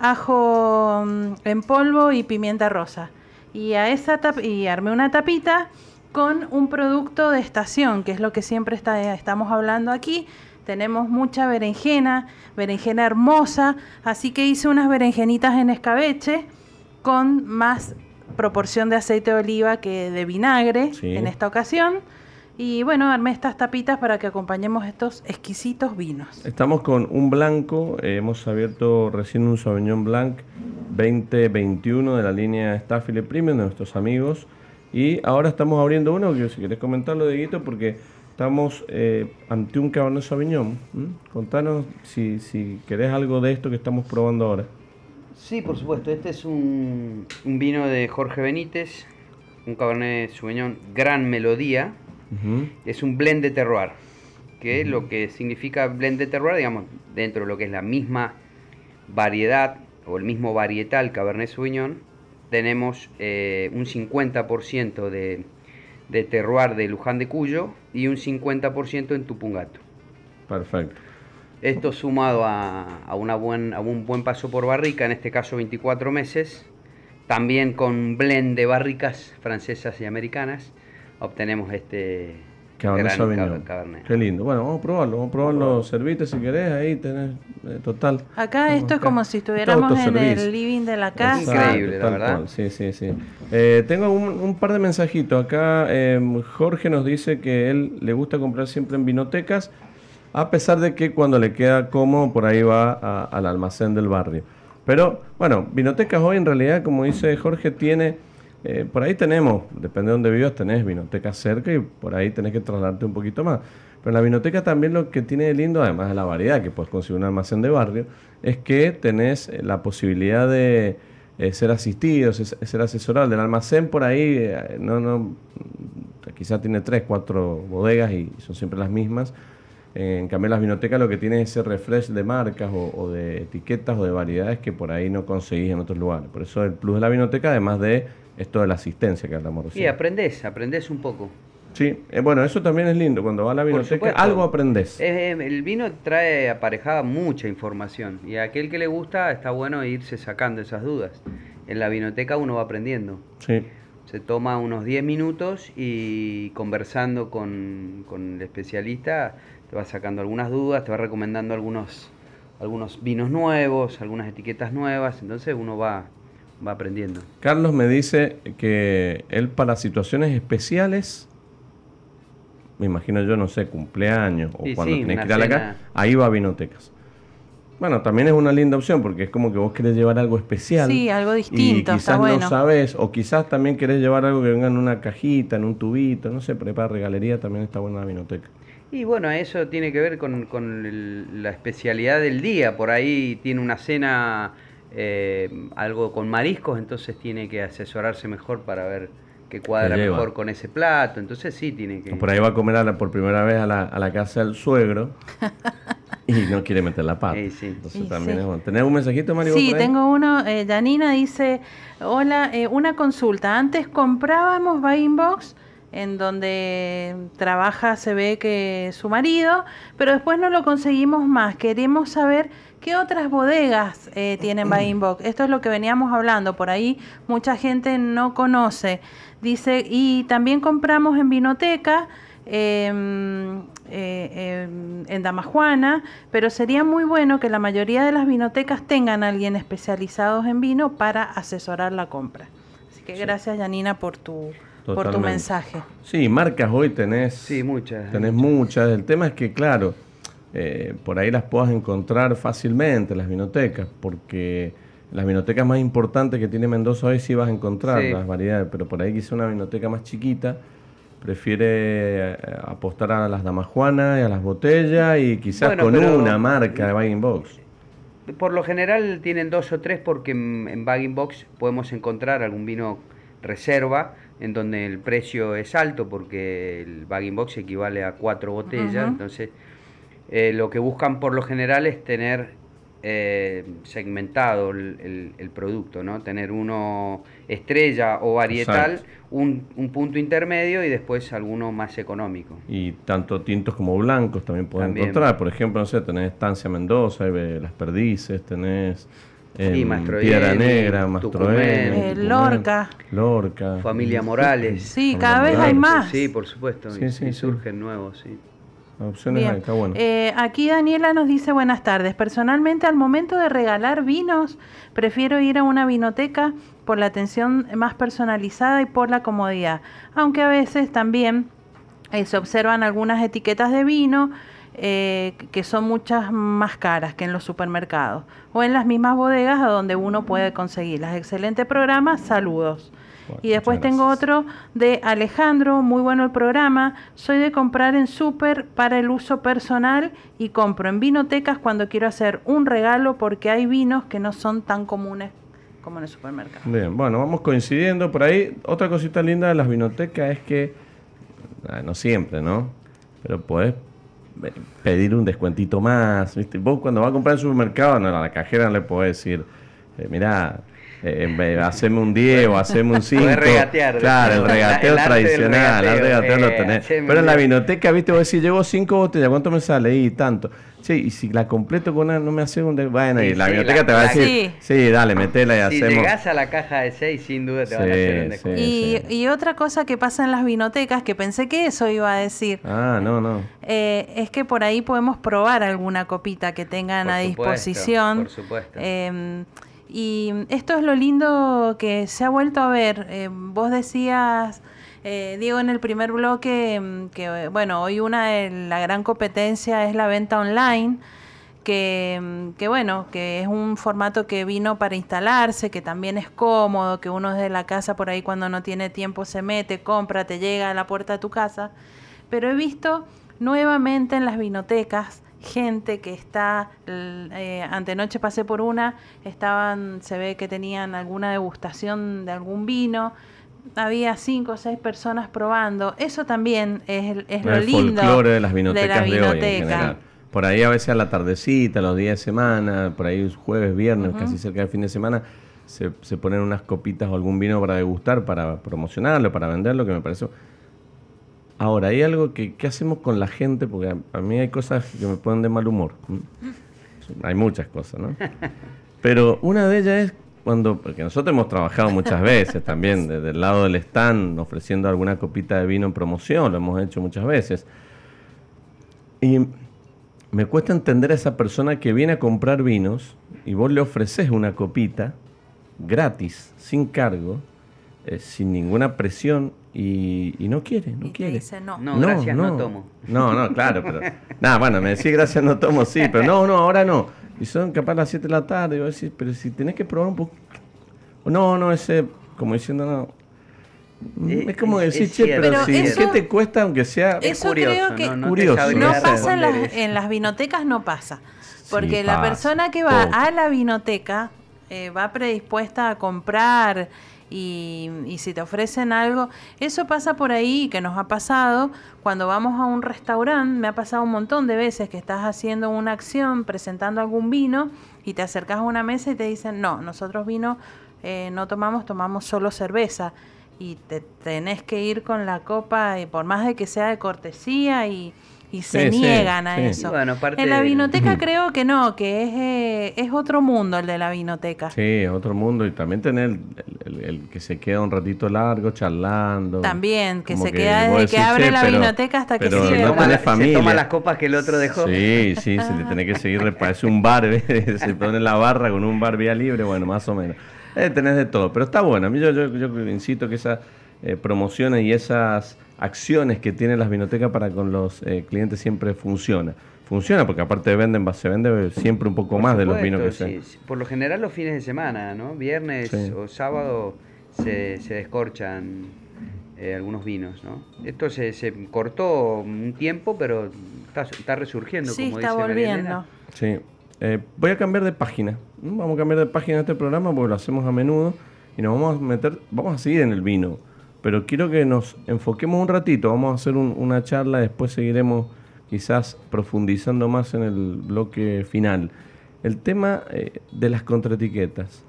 ajo en polvo y pimienta rosa. Y y armé una tapita con un producto de estación, que es lo que siempre estamos hablando aquí. Tenemos mucha berenjena hermosa, así que hice unas berenjenitas en escabeche con más proporción de aceite de oliva que de vinagre, sí, en esta ocasión. Y bueno, armé estas tapitas para que acompañemos estos exquisitos vinos. Estamos con un blanco, hemos abierto recién un Sauvignon Blanc 2021 de la línea Staffile Premium de nuestros amigos. Y ahora estamos abriendo uno, que si querés comentarlo, Dieguito, porque estamos ante un Cabernet Sauvignon. Contanos si querés algo de esto que estamos probando ahora. Sí, por supuesto. Este es un vino de Jorge Benítez, un Cabernet Sauvignon Gran Melodía. Es un blend de terroir, que lo que significa blend de terroir, digamos, dentro de lo que es la misma variedad o el mismo varietal Cabernet Sauvignon, tenemos un 50% de terroir de Luján de Cuyo y un 50% en Tupungato. Perfecto. Esto sumado a un buen paso por barrica, en este caso 24 meses, también con blend de barricas francesas y americanas, obtenemos este Cabernet. Qué lindo. Bueno, vamos a probarlo. Servite si querés, ahí tenés total. Acá esto es como si estuviéramos en el living de la casa. Increíble, la verdad. Sí. Tengo un par de mensajitos. Acá Jorge nos dice que él le gusta comprar siempre en vinotecas, a pesar de que cuando le queda cómodo por ahí va al almacén del barrio. Pero bueno, vinotecas hoy en realidad, como dice Jorge, tiene... por ahí tenemos, depende de dónde vivas, tenés vinotecas cerca y por ahí tenés que trasladarte un poquito más. Pero en la vinoteca también lo que tiene de lindo, además de la variedad, que puedes conseguir un almacén de barrio, es que tenés la posibilidad de ser asistido, ser asesorado. Del almacén por ahí, quizás tiene 3, 4 bodegas y son siempre las mismas. En cambio, las vinotecas lo que tienen es ese refresh de marcas o de etiquetas o de variedades que por ahí no conseguís en otros lugares. Por eso el plus de la vinoteca, además de esto de la asistencia que hablamos recién. Y aprendés un poco. Sí, bueno, eso también es lindo. Cuando vas a la vinoteca, algo aprendés. El vino trae aparejada mucha información y a aquel que le gusta está bueno irse sacando esas dudas. En la vinoteca uno va aprendiendo. Sí. Se toma unos 10 minutos y conversando con el especialista te va sacando algunas dudas, te va recomendando algunos vinos nuevos, algunas etiquetas nuevas, entonces uno va aprendiendo. Carlos me dice que él para situaciones especiales, me imagino yo, no sé, cumpleaños o cuando tenés que ir a la casa, ahí va a vinotecas. Bueno, también es una linda opción porque es como que vos querés llevar algo especial. Sí, algo distinto, y quizás está bueno. no sabés, o quizás también querés llevar algo que venga en una cajita, en un tubito, no sé, para regalería también está buena la vinoteca. Y bueno, eso tiene que ver con la especialidad del día. Por ahí tiene una cena, algo con mariscos, entonces tiene que asesorarse mejor para ver qué cuadra mejor con ese plato. Entonces sí tiene que... Por ahí va a comer por primera vez a la casa del suegro y no quiere meter la pata. Sí. Entonces también es bueno. ¿Tenés un mensajito, Mario? Sí, tengo uno. Janina dice, hola, una consulta. Antes comprábamos Buying Box, en donde trabaja, se ve que su marido, pero después no lo conseguimos más. Queremos saber qué otras bodegas tienen Buying Box. Esto es lo que veníamos hablando, por ahí mucha gente no conoce. Dice, y también compramos en vinoteca, en Damajuana, pero sería muy bueno que la mayoría de las vinotecas tengan a alguien especializado en vino para asesorar la compra. Así que gracias, Janina, por tu mensaje. Sí, marcas hoy tenés. Sí, muchas. Tenés muchas. El tema es que, claro, por ahí las puedas encontrar fácilmente, las vinotecas, porque las vinotecas más importantes que tiene Mendoza hoy sí vas a encontrar las variedades, pero por ahí quizá una vinoteca más chiquita prefiere apostar a las damajuanas y a las botellas y quizás con una marca de Buying Box. Por lo general tienen 2 o 3 porque en Buying Box podemos encontrar algún vino reserva en donde el precio es alto porque el Buying Box equivale a 4 botellas. Entonces lo que buscan por lo general es tener segmentado el producto, ¿no? Tener uno estrella o varietal, un punto intermedio y después alguno más económico. Y tanto tintos como blancos también pueden encontrar. Por ejemplo, no sé, tenés Estancia Mendoza, Las Perdices, tenés Piedra Negra, Mastroeni, Lorca, Familia Morales. Sí, cada vez hay más. Sí, por supuesto. Sí, surgen nuevos, sí. Opciones hay, está bueno. Aquí Daniela nos dice buenas tardes. Personalmente, al momento de regalar vinos, prefiero ir a una vinoteca por la atención más personalizada y por la comodidad. Aunque a veces también se observan algunas etiquetas de vino que son muchas más caras que en los supermercados o en las mismas bodegas a donde uno puede conseguirlas. Excelente programa, saludos. Bueno, y después tengo otro de Alejandro, muy bueno el programa. Soy de comprar en súper para el uso personal y compro en vinotecas cuando quiero hacer un regalo porque hay vinos que no son tan comunes como en el supermercado. Bien, bueno, vamos coincidiendo por ahí. Otra cosita linda de las vinotecas es que, no siempre, ¿no? Pero podés pedir un descuentito más, ¿viste? Vos cuando vas a comprar al supermercado, a la cajera no le podés decir, mirá, haceme un 10 o haceme un 5. Regatear. Claro, el regateo tradicional, el regateo lo tenés. Pero en la vinoteca, viste, vos decís, llevo 5 botellas, ¿cuánto me sale? Y tanto. Sí, y si la completo con una, no me hace un... Bueno, y la vinoteca te va a decir, sí, dale, metela y hacemos... Si llegás a la caja de 6, sin duda te van a hacer un descuento. Y otra cosa que pasa en las vinotecas, que pensé que eso iba a decir... no. Es que por ahí podemos probar alguna copita que tengan a disposición. Por supuesto. Y esto es lo lindo que se ha vuelto a ver. Vos decías, Diego, en el primer bloque, que bueno, hoy una de la gran competencia es la venta online, que bueno, que es un formato que vino para instalarse, que también es cómodo, que uno desde la casa por ahí cuando no tiene tiempo se mete, compra, te llega a la puerta de tu casa. Pero he visto nuevamente en las vinotecas gente que está, antenoche pasé por una, se ve que tenían alguna degustación de algún vino, había 5 o 6 personas probando. Eso también es lo el lindo folclore de las vinotecas de de la hoy en general. Por ahí a veces a la tardecita, los días de semana, por ahí jueves, viernes, casi cerca del fin de semana, se ponen unas copitas o algún vino para degustar, para promocionarlo, para venderlo, que me parece... Ahora, hay algo que hacemos con la gente, porque a mí hay cosas que me ponen de mal humor. Hay muchas cosas, ¿no? Pero una de ellas es porque nosotros hemos trabajado muchas veces también, desde el lado del stand, ofreciendo alguna copita de vino en promoción, lo hemos hecho muchas veces. Y me cuesta entender a esa persona que viene a comprar vinos y vos le ofreces una copita gratis, sin cargo, sin ninguna presión, y no quiere. Te dice no. No, gracias, no tomo. No, claro, pero... bueno, me decís gracias, no tomo, sí, pero no, ahora no. Y son capaz las 7 de la tarde, y vos decís, pero si tenés que probar un poco... No, ese, como diciendo, no... Es como decir, che, pero si, eso, ¿qué te cuesta aunque sea eso curioso? Creo que curioso. No pasa en las vinotecas, no pasa. Porque la persona que va a la vinoteca va predispuesta a comprar... Y si te ofrecen algo, eso pasa por ahí, que nos ha pasado cuando vamos a un restaurante. Me ha pasado un montón de veces que estás haciendo una acción, presentando algún vino, y te acercas a una mesa y te dicen, no, nosotros vino no tomamos solo cerveza, y te tenés que ir con la copa, y por más de que sea de cortesía, y se niegan a eso. Bueno, en la vinoteca creo que no, que es otro mundo el de la vinoteca. Sí, es otro mundo, y también tener el que se queda un ratito largo charlando. También, que se queda desde que abre la vinoteca hasta que cierra. Se toma las copas que el otro dejó. Sí, se le tiene que seguir, parece un bar, se pone la barra con un bar vía libre, bueno, más o menos. Tenés de todo, pero está bueno. A mí yo insisto que esas promociones y esas acciones que tienen las vinotecas para con los clientes siempre funciona porque aparte se vende siempre un poco más de los vinos que se... Sí. Por lo general los fines de semana, ¿no? Viernes o sábado se descorchan algunos vinos, ¿no? Esto se cortó un tiempo, pero está resurgiendo, como dice está volviendo. Sí. Voy a cambiar de página. Vamos a cambiar de página este programa porque lo hacemos a menudo y nos vamos a seguir en el vino. Pero quiero que nos enfoquemos un ratito, vamos a hacer una charla, después seguiremos quizás profundizando más en el bloque final. El tema de las contraetiquetas,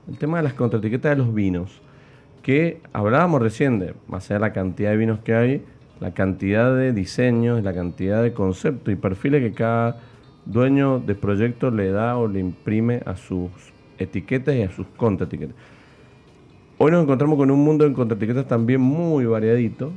de los vinos, que hablábamos recién más allá de la cantidad de vinos que hay, la cantidad de diseños, la cantidad de conceptos y perfiles que cada dueño de proyecto le da o le imprime a sus etiquetas y a sus contraetiquetas. Hoy nos encontramos con un mundo de contraetiquetas también muy variadito.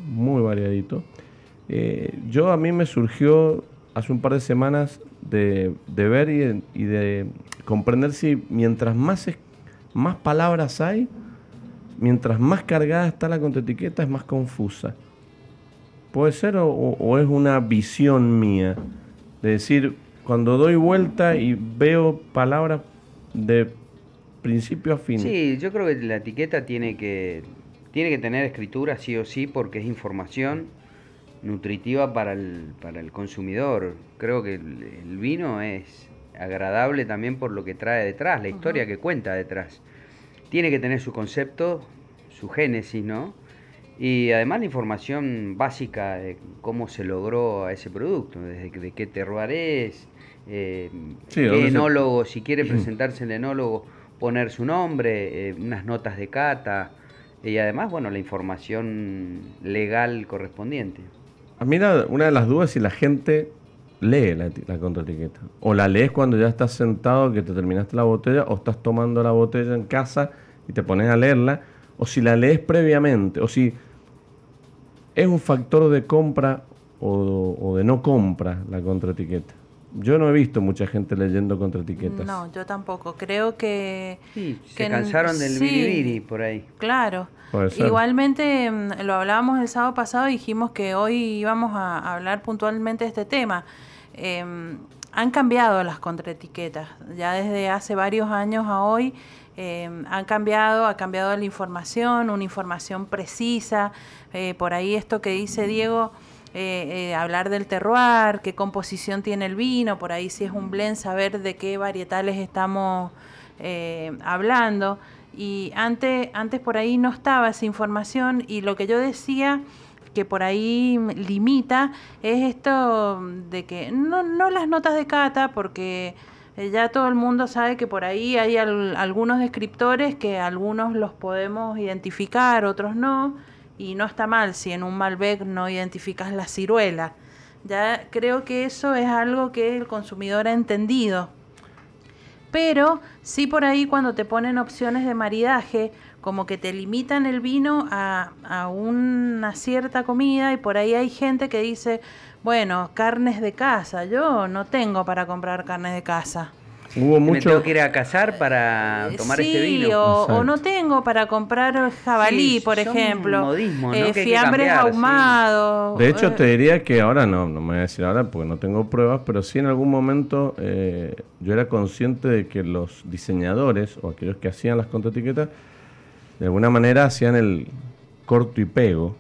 A mí me surgió hace un par de semanas de ver y de comprender si mientras más palabras hay, mientras más cargada está la contraetiqueta, es más confusa. ¿Puede ser o es una visión mía? De decir, cuando doy vuelta y veo palabras de principio a fin. Sí, yo creo que la etiqueta tiene que tener escritura sí o sí, porque es información nutritiva para el consumidor. Creo que el vino es agradable también por lo que trae detrás, la historia que cuenta detrás. Tiene que tener su concepto, su génesis, ¿no? Y además la información básica de cómo se logró a ese producto, de qué terroir es, qué enólogo, si quiere presentarse el enólogo, poner su nombre, unas notas de cata y además, bueno, la información legal correspondiente. A mí una de las dudas es si la gente lee la contraetiqueta. O la lees cuando ya estás sentado, que te terminaste la botella, o estás tomando la botella en casa y te pones a leerla, o si la lees previamente, o si es un factor de compra o de no compra la contraetiqueta. Yo no he visto mucha gente leyendo contraetiquetas. No, yo tampoco. Creo que... Sí, se cansaron del biribiri por ahí. Claro. Igualmente, lo hablábamos el sábado pasado y dijimos que hoy íbamos a hablar puntualmente de este tema. Han cambiado las contraetiquetas. Ya desde hace varios años a hoy ha cambiado la información, una información precisa. Por ahí esto que dice Diego... hablar del terroir, qué composición tiene el vino, por ahí si es un blend, saber de qué varietales estamos hablando. Y antes por ahí no estaba esa información, y lo que yo decía que por ahí limita es esto de que no las notas de cata, porque ya todo el mundo sabe que por ahí hay algunos descriptores que algunos los podemos identificar, otros no, y no está mal si en un Malbec no identificas la ciruela. Ya creo que eso es algo que el consumidor ha entendido. Pero sí, por ahí cuando te ponen opciones de maridaje, como que te limitan el vino a una cierta comida, y por ahí hay gente que dice, bueno, carnes de casa. Yo no tengo para comprar carnes de casa. Me tengo que ir a cazar para tomar este vino. O no tengo para comprar jabalí, por ejemplo. Modismos, ¿no? Fiambres ahumados. De hecho, te diría que ahora no me voy a decir ahora porque no tengo pruebas, pero sí en algún momento yo era consciente de que los diseñadores o aquellos que hacían las contraetiquetas de alguna manera hacían el corto y pego,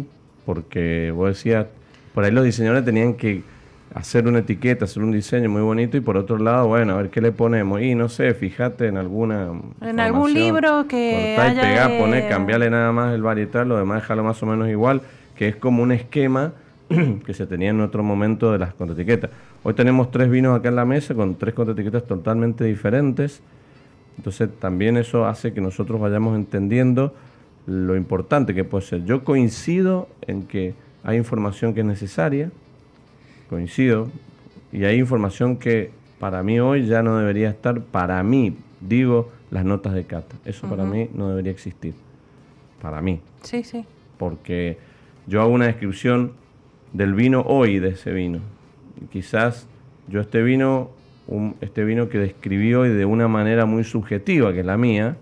porque vos decías, por ahí los diseñadores tenían que hacer una etiqueta, hacer un diseño muy bonito, y por otro lado, bueno, a ver qué le ponemos. Y no sé, fíjate en algún libro que cortá haya y pegá, poné, cambiarle nada más el varietal, lo demás dejarlo más o menos igual, que es como un esquema que se tenía en otro momento de las contraetiquetas. Hoy tenemos 3 vinos acá en la mesa con 3 contraetiquetas totalmente diferentes. Entonces también eso hace que nosotros vayamos entendiendo lo importante que puede ser. Yo coincido en que hay información que es necesaria, coincido, y hay información que para mí hoy ya no debería estar. Para mí, digo, las notas de cata. Eso para mí no debería existir. Para mí. Sí, sí. Porque yo hago una descripción del vino hoy, de ese vino. Y quizás yo este vino que describí hoy de una manera muy subjetiva, que es la mía,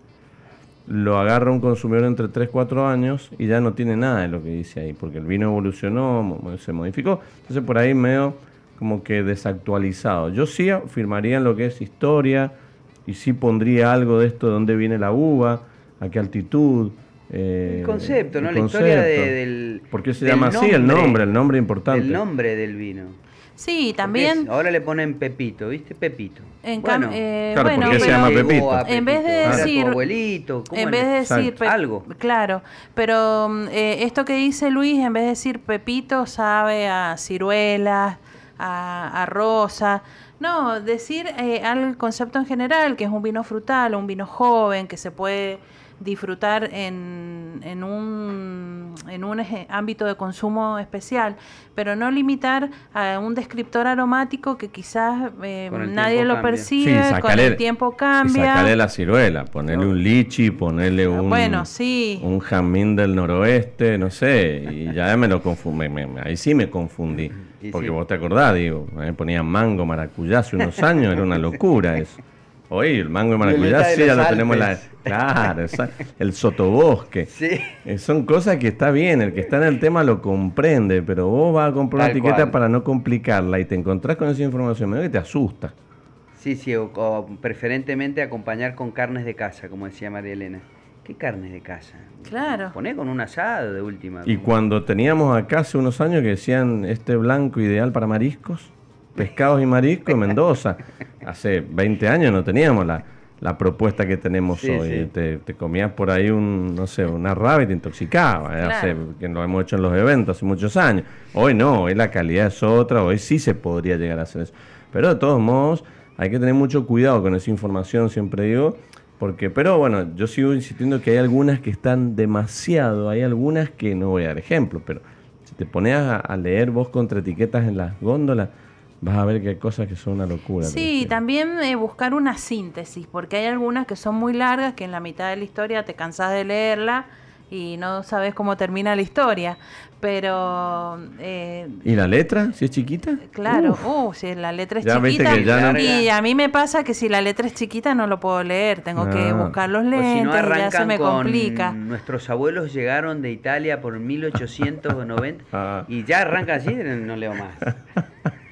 lo agarra un consumidor entre 3 y 4 años y ya no tiene nada de lo que dice ahí, porque el vino evolucionó, se modificó. Entonces por ahí medio como que desactualizado. Yo sí afirmaría en lo que es historia, y sí pondría algo de esto, de dónde viene la uva, a qué altitud. El concepto, ¿no? La historia del... ¿Por qué se llama así? El nombre importante. El nombre del vino. Sí, también. Ahora le ponen Pepito, ¿viste? Pepito. Claro, ¿por qué se llama Pepito? En vez de decir, tu abuelito, en vez de decir algo. Claro, pero esto que dice Luis, en vez de decir Pepito, sabe a ciruelas, a rosa. No, decir al concepto en general, que es un vino frutal, un vino joven, que se puede disfrutar en un ámbito de consumo especial, pero no limitar a un descriptor aromático que quizás nadie lo percibe, con el tiempo cambia. Y sacarle la ciruela, ponerle un lichi, ponerle un jamín del noroeste, no sé, y ya me lo confundí, ahí sí me confundí, porque vos te acordás, digo, me ponían mango, maracuyá hace unos años, era una locura eso. Oye, el mango de maracuyá sí ya lo tenemos claro, el sotobosque. Sí. Son cosas que está bien, el que está en el tema lo comprende, pero vos vas a comprar una etiqueta para no complicarla y te encontrás con esa información, medio que te asusta. Sí, o preferentemente acompañar con carnes de casa, como decía María Elena. ¿Qué carnes de casa? Claro. Poné con un asado de última. Y cuando teníamos acá hace unos años que decían blanco ideal para mariscos, pescados y mariscos en Mendoza. Hace 20 años no teníamos la propuesta que tenemos hoy. Sí. Te comías por ahí una raba y te intoxicaba. Claro. Que lo hemos hecho en los eventos hace muchos años. Hoy no, hoy la calidad es otra, hoy sí se podría llegar a hacer eso. Pero de todos modos, hay que tener mucho cuidado con esa información, siempre digo, pero bueno, yo sigo insistiendo que hay algunas que están demasiado, hay algunas que no voy a dar ejemplo, pero si te pones a leer vos contraetiquetas en las góndolas, vas a ver que hay cosas que son una locura. Sí, también buscar una síntesis, porque hay algunas que son muy largas, que en la mitad de la historia te cansás de leerla y no sabes cómo termina la historia. Pero... ¿Y la letra? ¿Si es chiquita? Claro, si la letra es chiquita. Y a mí me pasa que si la letra es chiquita no lo puedo leer, tengo que buscar los lentes, ya se me complica. Nuestros abuelos llegaron de Italia por 1890 y ya arranca así, no leo más.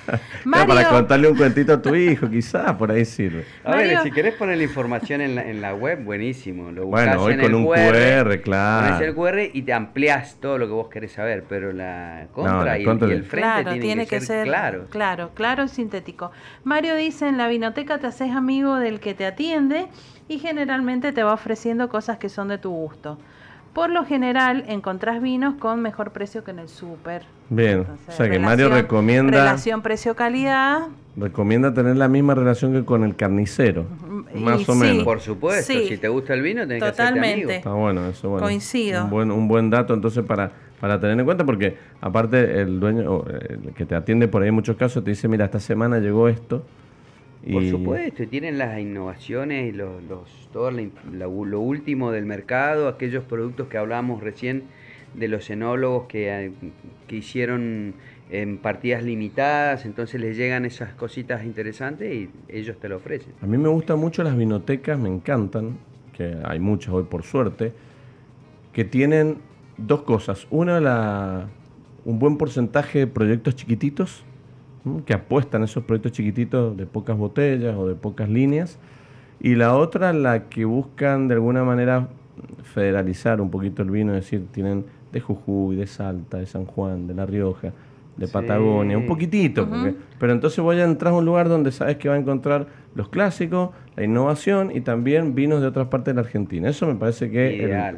Mario, para contarle un cuentito a tu hijo, quizás, por ahí sirve. A ver, Mario. si querés poner la información en la web, buenísimo. Lo buscás Bueno, hoy en con el un QR, claro. Pones el QR y te ampliás todo lo que vos querés saber, pero la contra, la y, contra y el frente claro, tiene que ser claro. Claro y sintético. Mario dice, en la vinoteca te haces amigo del que te atiende y generalmente te va ofreciendo cosas que son de tu gusto. Por lo general encontrás vinos con mejor precio que en el súper. Bien, Entonces, o sea que Mario relación precio-calidad. recomienda tener la misma relación que con el carnicero, más o sí, menos. Por supuesto, Sí. Si te gusta el vino tenés que hacerte Totalmente. amigo. Está bueno eso, bueno. Coincido. Un buen dato entonces para tener en cuenta, porque aparte el dueño, o el que te atiende por ahí en muchos casos, te dice, mira, esta semana llegó esto. Por supuesto, y tienen las innovaciones y todo lo último del mercado, aquellos productos que hablamos recién de los enólogos que hicieron en partidas limitadas, entonces les llegan esas cositas interesantes y ellos te lo ofrecen. A mí me gustan mucho las vinotecas, me encantan, que hay muchas hoy por suerte, que tienen dos cosas. Una, un buen porcentaje de proyectos chiquititos, que apuestan a esos proyectos chiquititos de pocas botellas o de pocas líneas, y la otra, la que buscan de alguna manera federalizar un poquito el vino, es decir, tienen de Jujuy, de Salta, de San Juan, de La Rioja, de Patagonia, un poquitito, pero entonces voy a entrar a un lugar donde sabes que va a encontrar los clásicos, la innovación y también vinos de otras partes de la Argentina. Eso me parece que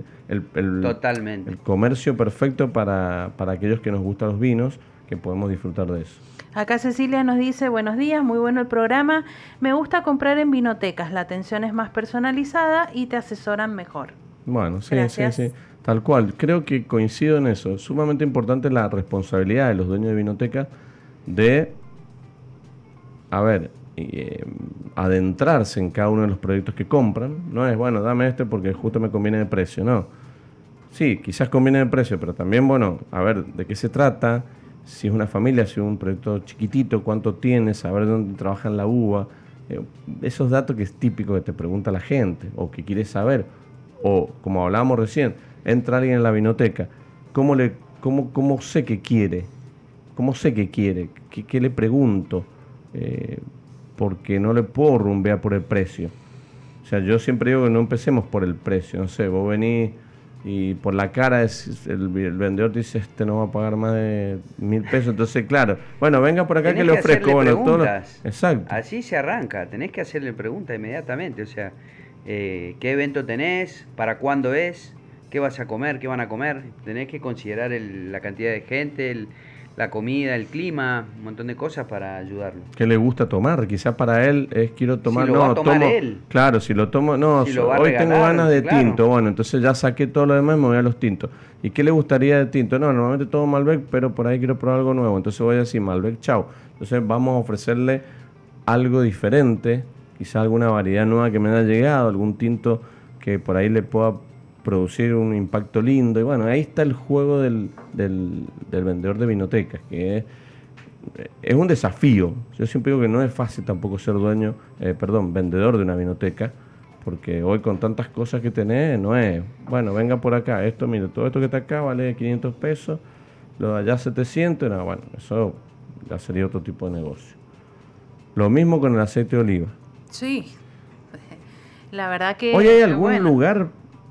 Totalmente. el comercio perfecto para aquellos que nos gustan los vinos, que podemos disfrutar de eso. Acá Cecilia nos dice, buenos días, muy bueno el programa. Me gusta comprar en vinotecas, la atención es más personalizada y te asesoran mejor. Bueno, sí, Gracias. sí, tal cual. Creo que coincido en eso. Es sumamente importante la responsabilidad de los dueños de vinotecas de, adentrarse en cada uno de los proyectos que compran. No es, bueno, dame este porque justo me conviene de precio, no. Sí, quizás conviene de precio, pero también, bueno, a ver, ¿de qué se trata? Si es una familia, si es un proyecto chiquitito, cuánto tiene, saber dónde trabajan la uva, esos datos que es típico que te pregunta la gente o que quiere saber, o como hablábamos recién, entra alguien en la vinoteca, ¿cómo sé que quiere? ¿Cómo sé que quiere? ¿Qué le pregunto? Porque no le puedo rumbear por el precio. O sea, yo siempre digo que no empecemos por el precio, no sé, vos venís y por la cara el vendedor dice, este no va a pagar más de 1.000 pesos, entonces claro, bueno, venga por acá. Tenés que le ofrezco, hacerle bueno, todo exacto. Así se arranca, tenés que hacerle preguntas inmediatamente, o sea, ¿qué evento tenés? ¿Para cuándo es? ¿Qué vas a comer? ¿Qué van a comer? Tenés que considerar la cantidad de gente, la comida, el clima, un montón de cosas para ayudarlo. ¿Qué le gusta tomar? Quizás para él es quiero tomar, si lo va a tomar él. Claro, si lo tomo, no, si lo va a hoy regalar, tengo ganas de claro. tinto, bueno, entonces ya saqué todo lo demás y me voy a los tintos. ¿Y qué le gustaría de tinto? No, normalmente todo Malbec, pero por ahí quiero probar algo nuevo, entonces voy a decir Malbec, chao. Entonces vamos a ofrecerle algo diferente, quizás alguna variedad nueva que me haya llegado, algún tinto que por ahí le pueda producir un impacto lindo. Y bueno, ahí está el juego del vendedor de vinotecas, que es un desafío. Yo siempre digo que no es fácil tampoco ser vendedor de una vinoteca, porque hoy con tantas cosas que tenés, no es, bueno, venga por acá, mire, todo esto que está acá vale 500 pesos, lo de allá 700, no, bueno, eso ya sería otro tipo de negocio. Lo mismo con el aceite de oliva. Sí, la verdad que... Hoy hay algún lugar,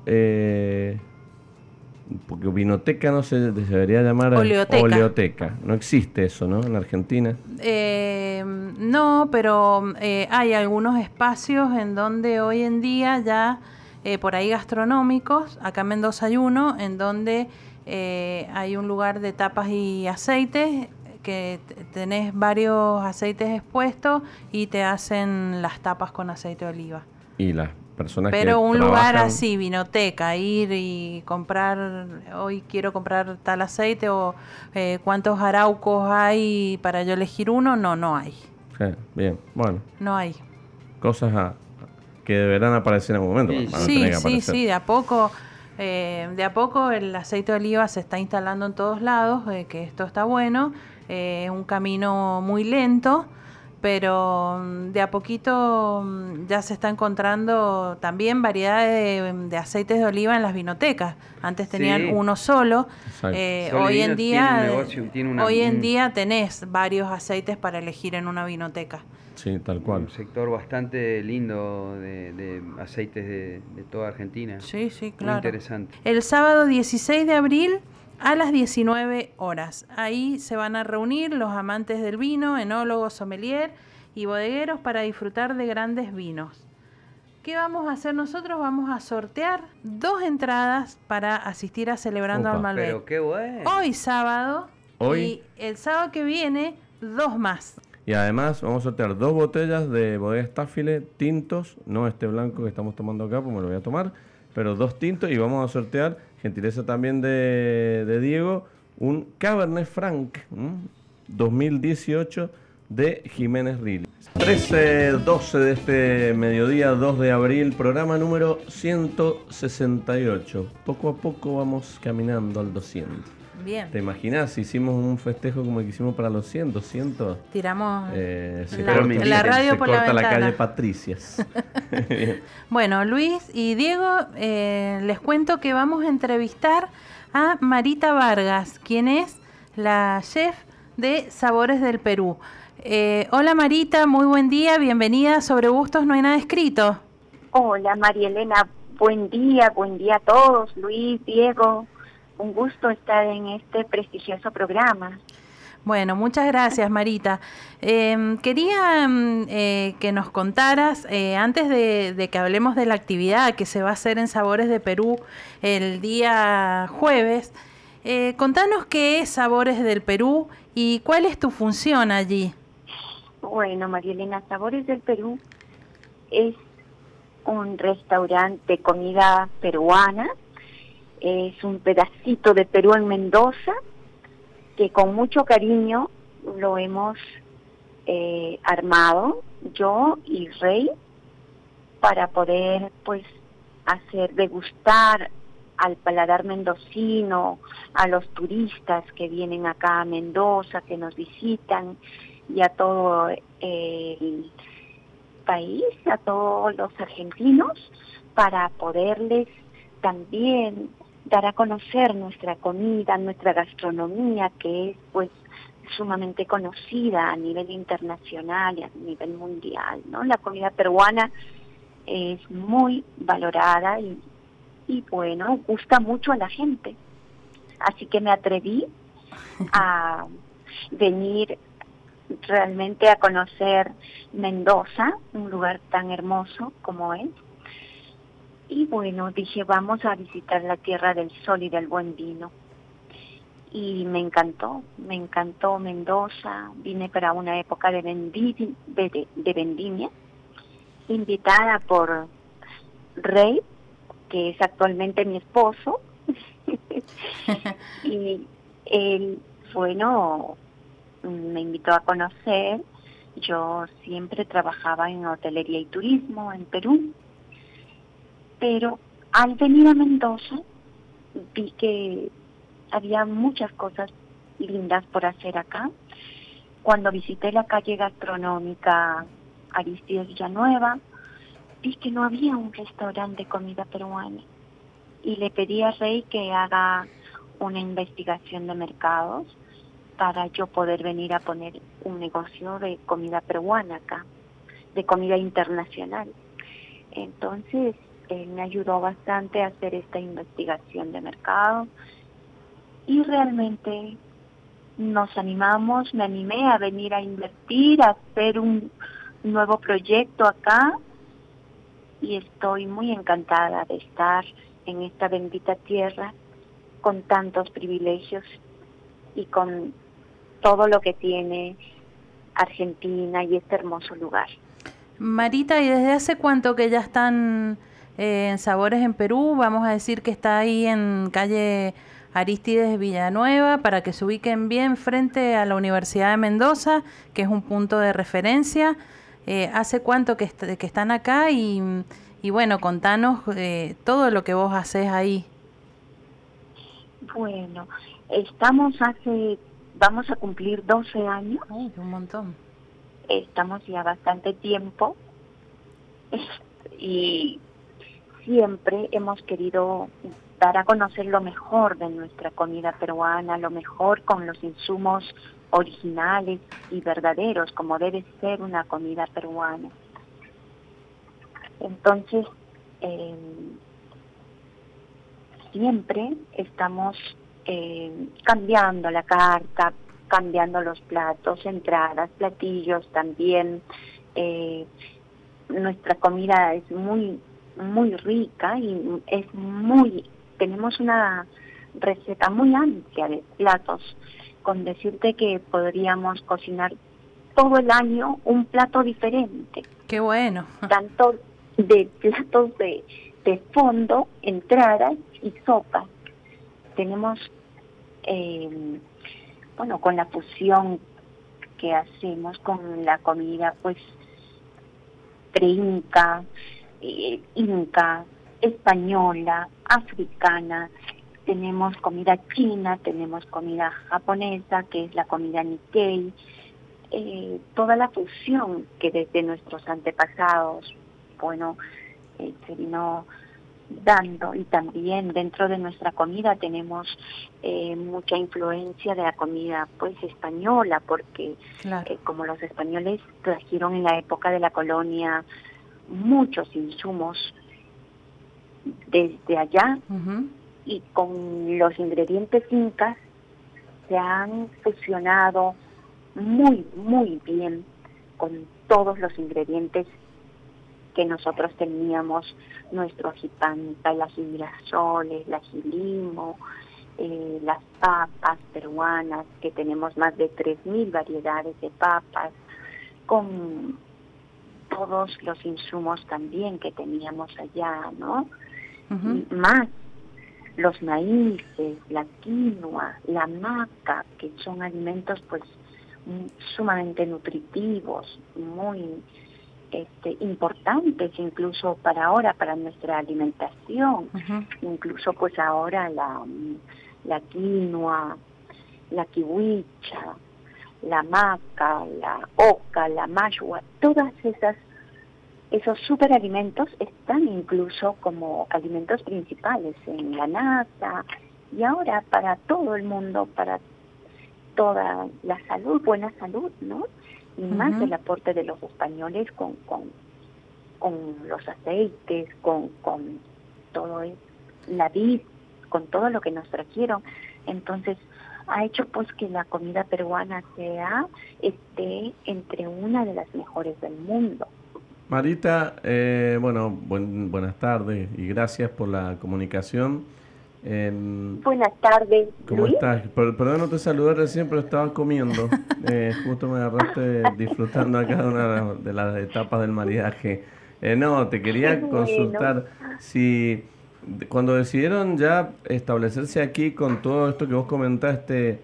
porque vinoteca no se debería llamar oleoteca. No existe eso, ¿no? En Argentina. No, pero hay algunos espacios en donde hoy en día ya, por ahí gastronómicos, acá en Mendoza hay uno, en donde hay un lugar de tapas y aceites, que tenés varios aceites expuestos y te hacen las tapas con aceite de oliva. Y las personas pero que un trabajan... lugar así, vinoteca, ir y comprar, hoy quiero comprar tal aceite o cuántos araucos hay para yo elegir uno, no hay. Sí, bien, bueno. No hay. Cosas que deberán aparecer en algún momento. Sí, de a poco el aceite de oliva se está instalando en todos lados, que esto está bueno, es un camino muy lento, pero de a poquito ya se está encontrando también variedades de aceites de oliva en las vinotecas. Antes tenían uno solo. Hoy en día tenés varios aceites para elegir en una vinoteca. Sí, tal cual. Un sector bastante lindo de aceites de toda Argentina. Sí, claro. Muy interesante. El sábado 16 de abril a las 19 horas. Ahí se van a reunir los amantes del vino, enólogos, sommelier y bodegueros para disfrutar de grandes vinos. ¿Qué vamos a hacer nosotros? Vamos a sortear 2 entradas para asistir a Celebrando al Malbec. Pero qué bueno. Hoy sábado y el sábado que viene 2 más. Y además vamos a sortear 2 botellas de Bodega Staffile tintos, no este blanco que estamos tomando acá, pues me lo voy a tomar, pero 2 tintos, y vamos a sortear, gentileza también de Diego, un Cabernet Franc 2018 de Jiménez Rilli. 13:12 de este mediodía, 2 de abril, programa número 168. Poco a poco vamos caminando al 200. Bien. ¿Te imaginas si hicimos un festejo como el que hicimos para los 100, 200? Tiramos la radio por la ventana. Se corta la calle Patricias. Bueno, Luis y Diego, les cuento que vamos a entrevistar a Marita Vargas, quien es la chef de Sabores del Perú. Hola Marita, muy buen día, bienvenida a Sobre Gustos No Hay Nada Escrito. Hola María Elena, buen día a todos, Luis, Diego. Un gusto estar en este prestigioso programa. Bueno, muchas gracias, Marita. Quería que nos contaras, antes de que hablemos de la actividad que se va a hacer en Sabores de Perú el día jueves, contanos qué es Sabores del Perú y cuál es tu función allí. Bueno, María Elena, Sabores del Perú es un restaurante de comida peruana. Es un pedacito de Perú en Mendoza, que con mucho cariño lo hemos armado, yo y Rey, para poder pues hacer degustar al paladar mendocino, a los turistas que vienen acá a Mendoza, que nos visitan, y a todo el país, a todos los argentinos, para poderles también dar a conocer nuestra comida, nuestra gastronomía, que es pues sumamente conocida a nivel internacional y a nivel mundial, ¿no? La comida peruana es muy valorada y bueno, gusta mucho a la gente. Así que me atreví a venir realmente a conocer Mendoza, un lugar tan hermoso como es. Y bueno, dije, vamos a visitar la tierra del sol y del buen vino. Y me encantó Mendoza. Vine para una época de vendimia, invitada por Rey, que es actualmente mi esposo. Y él, bueno, me invitó a conocer. Yo siempre trabajaba en hotelería y turismo en Perú. Pero al venir a Mendoza vi que había muchas cosas lindas por hacer acá. Cuando visité la calle gastronómica Aristides Villanueva, vi que no había un restaurante de comida peruana. Y le pedí a Rey que haga una investigación de mercados para yo poder venir a poner un negocio de comida peruana acá, de comida internacional. Entonces, él me ayudó bastante a hacer esta investigación de mercado y realmente nos animamos, me animé a venir a invertir, a hacer un nuevo proyecto acá y estoy muy encantada de estar en esta bendita tierra con tantos privilegios y con todo lo que tiene Argentina y este hermoso lugar. Marita, ¿y desde hace cuánto que ya están en Sabores en Perú? Vamos a decir que está ahí en calle Aristides Villanueva, para que se ubiquen bien frente a la Universidad de Mendoza, que es un punto de referencia. ¿Hace cuánto que están acá? Y bueno, contanos todo lo que vos haces ahí. Bueno, vamos a cumplir 12 años. Ay, un montón. estamos ya bastante tiempo y siempre hemos querido dar a conocer lo mejor de nuestra comida peruana, lo mejor con los insumos originales y verdaderos, como debe ser una comida peruana. Entonces, siempre estamos cambiando la carta, cambiando los platos, entradas, platillos también. Nuestra comida es muy rica y tenemos una receta muy amplia de platos, con decirte que podríamos cocinar todo el año un plato diferente. Qué bueno. Tanto de platos de fondo, entradas y sopas. Tenemos, con la fusión que hacemos con la comida, pues, pre-inca, inca, española, africana, tenemos comida china, tenemos comida japonesa, que es la comida Nikkei, toda la fusión que desde nuestros antepasados, se vino dando, y también dentro de nuestra comida tenemos mucha influencia de la comida pues española, porque claro. Como los españoles trajeron en la época de la colonia muchos insumos desde allá, y con los ingredientes incas se han fusionado muy bien con todos los ingredientes que nosotros teníamos, nuestro ajipanta, el ají girasoles, el ají limo, las papas peruanas, que tenemos más de 3.000 variedades de papas, con todos los insumos también que teníamos allá, ¿no? Y más los maíces, la quinoa, la maca, que son alimentos pues sumamente nutritivos, muy importantes incluso para ahora, para nuestra alimentación. Incluso pues ahora la quinoa, la kiwicha, la maca, la oca, la mashua, todas esos superalimentos están incluso como alimentos principales en la NASA, y ahora para todo el mundo, para toda la salud, buena salud, ¿no? Y más el aporte de los españoles con los aceites, con todo la vid, con todo lo que nos trajeron. Entonces ha hecho pues que la comida peruana esté entre una de las mejores del mundo. Marita, buenas tardes y gracias por la comunicación. Buenas tardes, ¿Cómo Luis? estás? Perdón, no te saludé recién, pero estaba comiendo. Justo me agarraste disfrutando acá de una de las etapas del maridaje. No, te quería consultar si cuando decidieron ya establecerse aquí con todo esto que vos comentaste,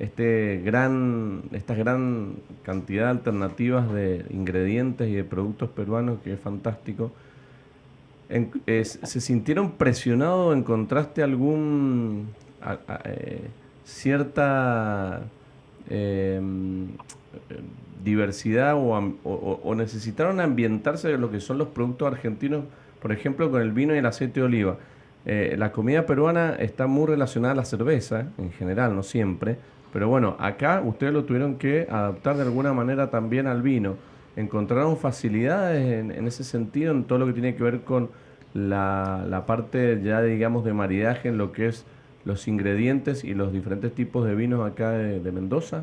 esta gran cantidad de alternativas de ingredientes y de productos peruanos, que es fantástico. ¿Se sintieron presionados? ¿Encontraste cierta diversidad o necesitaron ambientarse de lo que son los productos argentinos, por ejemplo, con el vino y el aceite de oliva? La comida peruana está muy relacionada a la cerveza, en general, no siempre, pero bueno, acá ustedes lo tuvieron que adaptar de alguna manera también al vino. ¿Encontraron facilidades en ese sentido, en todo lo que tiene que ver con la parte ya, digamos, de maridaje en lo que es los ingredientes y los diferentes tipos de vinos acá de Mendoza?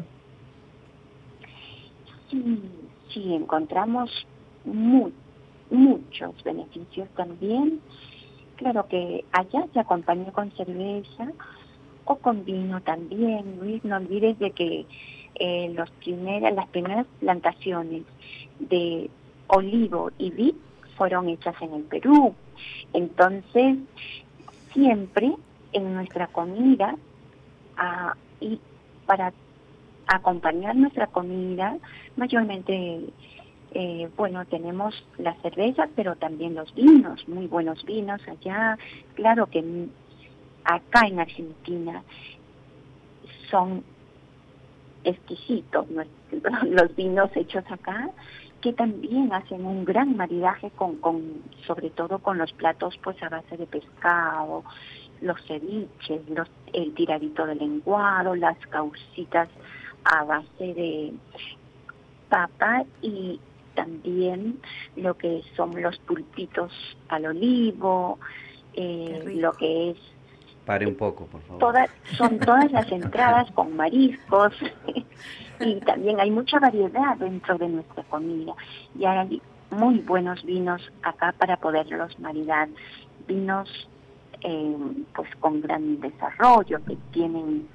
Sí, encontramos muchos beneficios también. Claro que allá se acompaña con cerveza o con vino también, Luis. No olvides de que las primeras plantaciones de olivo y vid fueron hechas en el Perú. Entonces, siempre en nuestra comida, y para acompañar nuestra comida, mayormente, tenemos la cerveza, pero también los vinos, muy buenos vinos allá. Claro que acá en Argentina son exquisitos los vinos hechos acá, que también hacen un gran maridaje sobre todo con los platos pues a base de pescado, los ceviches, el tiradito de lenguado, las caucitas a base de papa y también lo que son los pulpitos al olivo, lo que es... Pare un poco, por favor. Son todas las entradas con mariscos y también hay mucha variedad dentro de nuestra comida y hay muy buenos vinos acá para poderlos maridar, vinos pues con gran desarrollo que tienen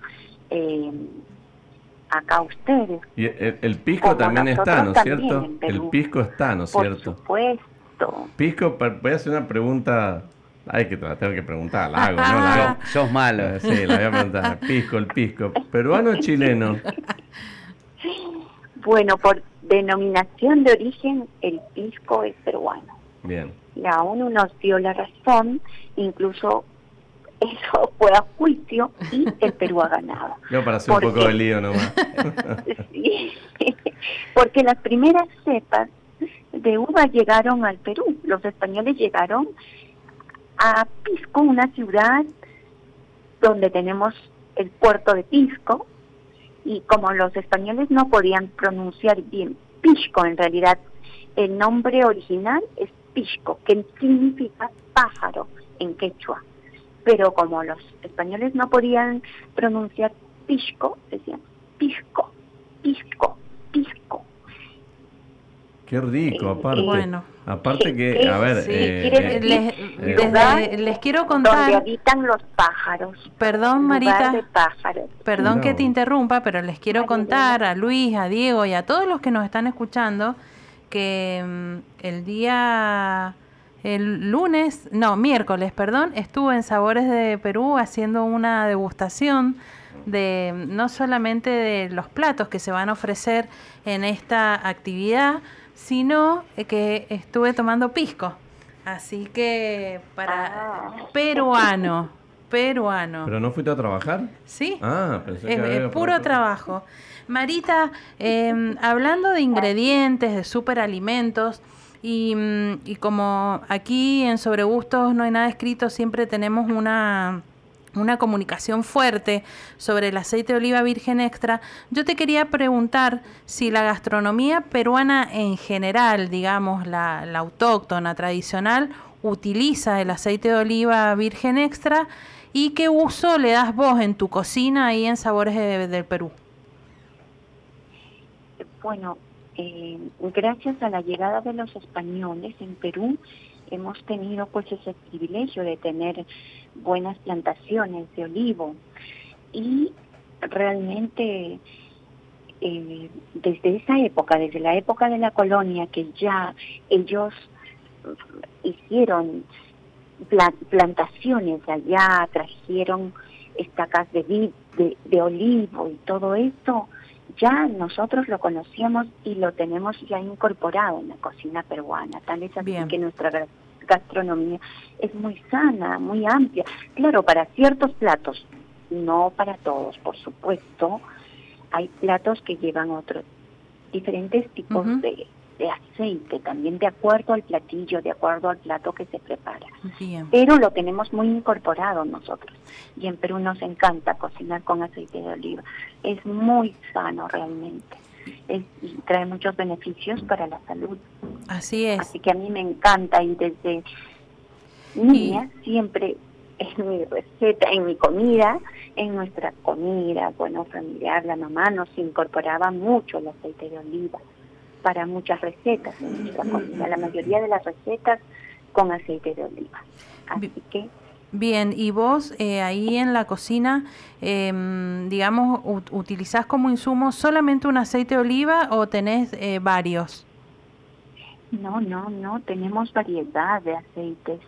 acá ustedes. Y el pisco también está, ¿no es cierto? El pisco está, ¿no es cierto? Por supuesto. Pisco, voy a hacer una pregunta. Ay, que te la tengo que preguntar, la hago, ¿no? La hago. Sos malo. Sí, la voy a preguntar. El pisco. ¿Peruano o chileno? Bueno, por denominación de origen, el pisco es peruano. Bien. La ONU nos dio la razón, incluso eso fue a juicio y el Perú ha ganado. Yo para hacer un poco de lío nomás. Sí, porque las primeras cepas de uva llegaron al Perú. Los españoles llegaron a Pisco, una ciudad donde tenemos el puerto de Pisco, y como los españoles no podían pronunciar bien Pisco, en realidad el nombre original es Pisco, que significa pájaro en quechua, pero como los españoles no podían pronunciar Pisco, decían Pisco, Pisco, Pisco. Qué rico, aparte. Bueno. Aparte que, a ver... les quiero contar... Donde habitan los pájaros. Perdón, Marita. De pájaros. Perdón que te interrumpa, pero les quiero contar a Luis, a Diego y a todos los que nos están escuchando que miércoles, estuve en Sabores de Perú haciendo una degustación de no solamente de los platos que se van a ofrecer en esta actividad, sino que estuve tomando pisco. Así que peruano. ¿Pero no fuiste a trabajar? Sí. Pensé que es puro trabajo. Marita, hablando de ingredientes, de superalimentos, y como aquí en Sobre Gustos no hay nada escrito, siempre tenemos una comunicación fuerte sobre el aceite de oliva virgen extra, yo te quería preguntar si la gastronomía peruana en general, digamos la autóctona, tradicional, utiliza el aceite de oliva virgen extra, y qué uso le das vos en tu cocina y en Sabores del Perú. Bueno, gracias a la llegada de los españoles en Perú, hemos tenido pues ese privilegio de tener buenas plantaciones de olivo y realmente desde esa época, desde la época de la colonia, que ya ellos hicieron plantaciones allá, trajeron estacas de olivo y todo esto, ya nosotros lo conocíamos y lo tenemos ya incorporado en la cocina peruana. Tal es así que nuestra gastronomía es muy sana, muy amplia. Claro, para ciertos platos, no para todos, por supuesto. Hay platos que llevan otros diferentes tipos de aceite, también de acuerdo al platillo, de acuerdo al plato que se prepara. Bien. Pero lo tenemos muy incorporado nosotros. Y en Perú nos encanta cocinar con aceite de oliva. Es muy sano realmente. Y trae muchos beneficios para la salud. Así es. Así que a mí me encanta, y desde niña siempre en mi receta, en mi comida, en nuestra comida, bueno, familiar, la mamá nos incorporaba mucho el aceite de oliva para muchas recetas en nuestra comida, la mayoría de las recetas con aceite de oliva. Así que... Bien, y vos ahí en la cocina, digamos, ¿utilizás como insumo solamente un aceite de oliva o tenés varios? No, tenemos variedad de aceites.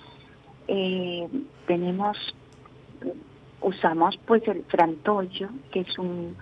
Usamos pues el frantollo, que es un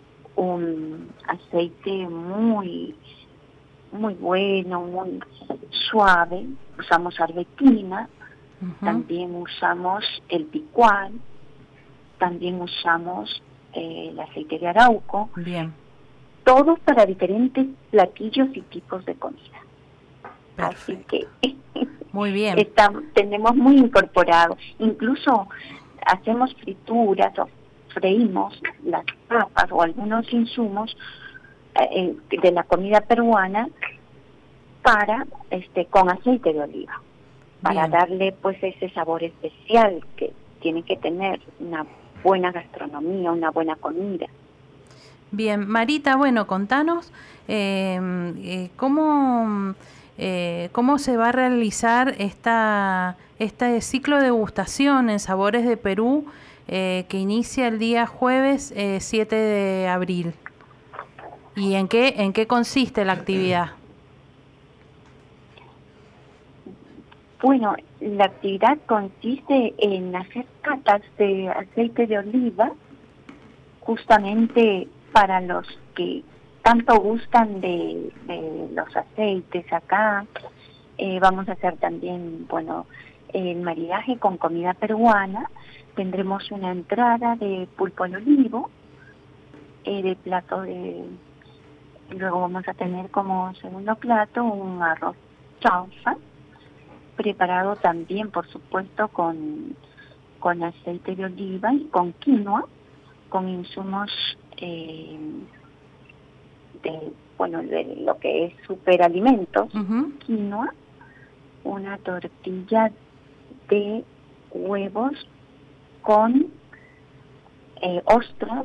aceite muy bueno, muy suave. Usamos arbequina, también usamos el picual, también usamos el aceite de arauco. Bien. Todos para diferentes platillos y tipos de comida. Perfecto. Así que muy bien. Tenemos muy incorporado. Incluso hacemos frituras o freímos las papas o algunos insumos de la comida peruana para con aceite de oliva, para bien. darle pues ese sabor especial que tiene que tener una buena gastronomía, una buena comida. Bien, Marita, bueno, contanos cómo se va a realizar este ciclo de degustación en Sabores de Perú que inicia el día jueves 7 de abril. ¿Y en qué consiste la actividad? Bueno, la actividad consiste en hacer catas de aceite de oliva, justamente para los que tanto gustan de los aceites acá. Vamos a hacer también, el maridaje con comida peruana. Tendremos una entrada de pulpo al olivo, de plato luego vamos a tener como segundo plato un arroz chaufa, preparado también, por supuesto, con aceite de oliva y con quinoa, con insumos de lo que es superalimentos, quinoa, una tortilla de huevos con ostras,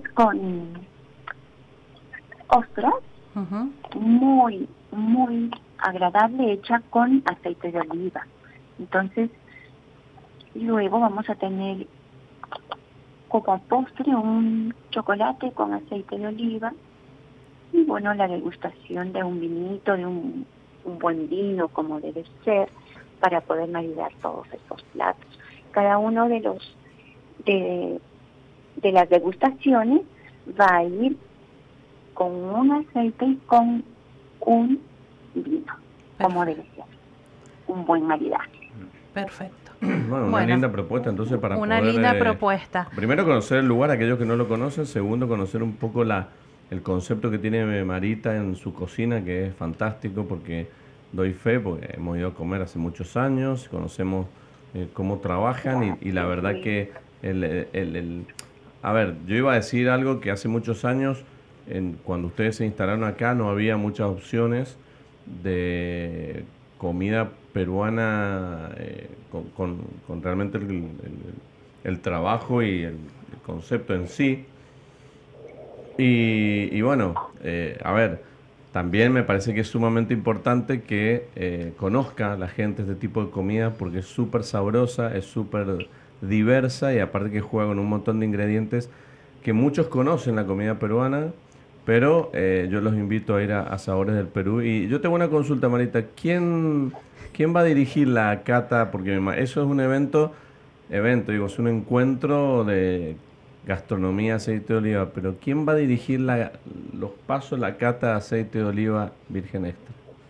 muy, muy agradable, hecha con aceite de oliva. Entonces, luego vamos a tener como postre un chocolate con aceite de oliva y la degustación de un vinito, de un buen vino como debe ser, para poder maridar todos estos platos. Cada uno de las degustaciones va a ir con un aceite y con un vino, como debe ser, un buen maridaje. Perfecto. Una linda propuesta entonces para una poder... linda propuesta. Primero conocer el lugar, aquellos que no lo conocen. Segundo, conocer un poco el concepto que tiene Marita en su cocina, que es fantástico, porque doy fe, porque hemos ido a comer hace muchos años, conocemos cómo trabajan y la verdad que a ver, yo iba a decir algo que hace muchos años, cuando ustedes se instalaron acá, no había muchas opciones de comida peruana con realmente el trabajo y el concepto en sí. Y a ver, también me parece que es sumamente importante que conozca la gente este tipo de comida, porque es súper sabrosa, es súper diversa y aparte que juega con un montón de ingredientes que muchos conocen la comida peruana, pero yo los invito a ir a Sabores del Perú. Y yo tengo una consulta, Marita, ¿quién va a dirigir la cata? Porque eso es un evento, es un encuentro de gastronomía, aceite de oliva, pero ¿quién va a dirigir los pasos, la cata de aceite de oliva virgen extra?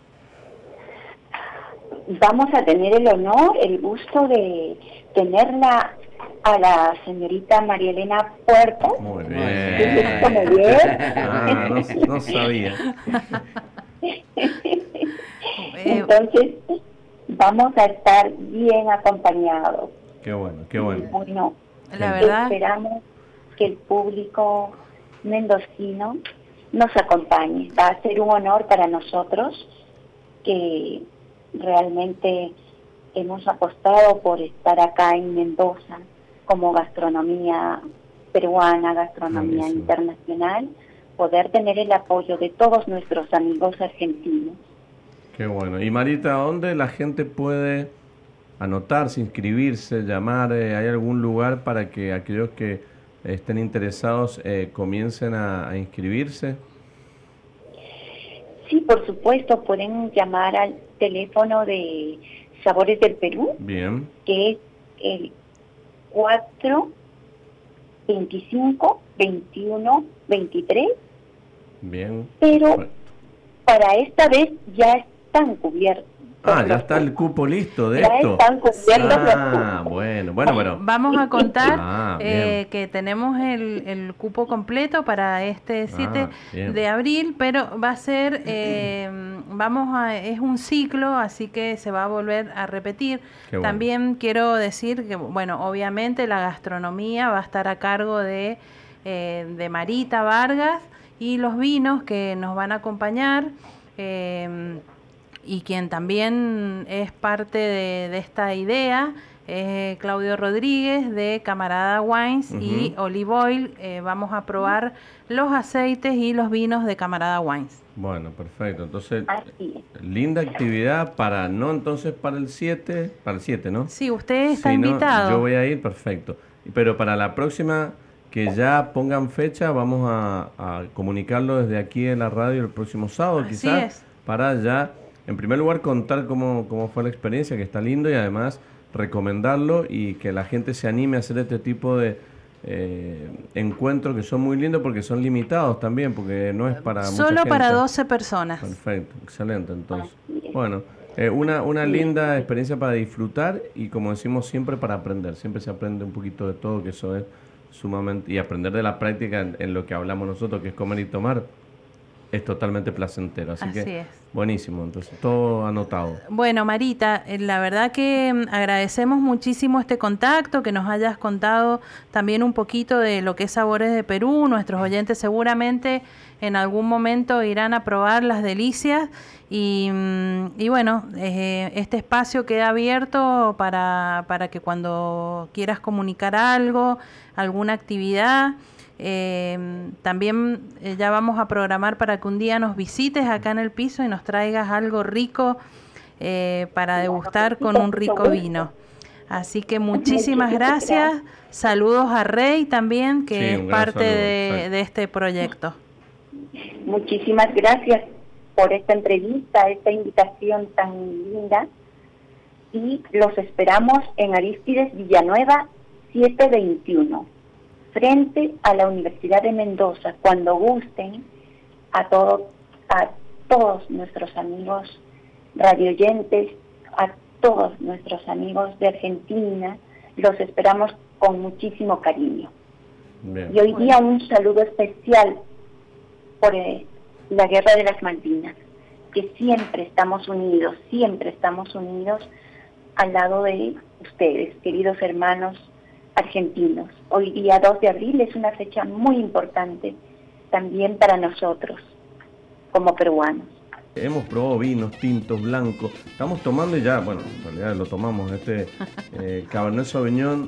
Vamos a tener el honor, el gusto de tenerla a la señorita María Elena Puerto. Muy bien. No sabía. Entonces, vamos a estar bien acompañados. Qué bueno. Bueno, la verdad, esperamos que el público mendocino nos acompañe. Va a ser un honor para nosotros, que realmente hemos apostado por estar acá en Mendoza como gastronomía peruana, gastronomía internacional, poder tener el apoyo de todos nuestros amigos argentinos. Qué bueno. Y Marita, ¿dónde la gente puede anotarse, inscribirse, llamar? ¿Hay algún lugar para que aquellos que estén interesados comiencen a inscribirse? Sí, por supuesto, pueden llamar al teléfono de Sabores del Perú, bien, que es el 425-21-23. Bien. Pero para esta vez ya están cubiertos. Ya está el cupo listo de esto. Ya están cubiertos los cupos. Bueno. Vamos a contar que tenemos el cupo completo para este 7 de abril, pero va a ser, es un ciclo, así que se va a volver a repetir. También quiero decir que, bueno, obviamente la gastronomía va a estar a cargo de Marita Vargas, y los vinos que nos van a acompañar, y quien también es parte de esta idea, Claudio Rodríguez de Camarada Wines y Olive Oil. Vamos a probar los aceites y los vinos de Camarada Wines. Bueno, perfecto. Entonces, linda actividad para el 7, ¿no? Sí, usted está invitado. Yo voy a ir, perfecto. Pero para la próxima, que ya pongan fecha, vamos a comunicarlo desde aquí en la radio el próximo sábado, quizás, para ya, en primer lugar, contar cómo fue la experiencia, que está lindo, y además recomendarlo y que la gente se anime a hacer este tipo de encuentros que son muy lindos, porque son limitados también, porque no es para mucha gente. Solo para 12 personas. Perfecto, excelente. Entonces, bueno, una linda experiencia para disfrutar y, como decimos, siempre para aprender. Siempre se aprende un poquito de todo, que eso es sumamente, y aprender de la práctica en lo que hablamos nosotros, que es comer y tomar, es totalmente placentero. Así que es. Buenísimo, entonces todo anotado. Bueno, Marita, la verdad que agradecemos muchísimo este contacto, que nos hayas contado también un poquito de lo que es Sabores de Perú. Nuestros oyentes seguramente en algún momento irán a probar las delicias, y bueno, este espacio queda abierto para que cuando quieras comunicar algo, alguna actividad, también ya vamos a programar para que un día nos visites acá en el piso y nos traigas algo rico para degustar con un rico vino. Así que muchísimas gracias. Saludos a Rey también, que es parte de este proyecto. Muchísimas gracias por esta entrevista, esta invitación tan linda, y los esperamos en Arístides Villanueva 721, frente a la Universidad de Mendoza, cuando gusten. A todos nuestros amigos radioyentes, a todos nuestros amigos de Argentina, los esperamos con muchísimo cariño. Bien. Y hoy día un saludo especial por la Guerra de las Malvinas, que siempre estamos unidos al lado de ustedes, queridos hermanos argentinos. Hoy día 2 de abril es una fecha muy importante también para nosotros como peruanos. Hemos probado vinos tintos, blancos, estamos tomando ya, bueno, en realidad lo tomamos, Cabernet Sauvignon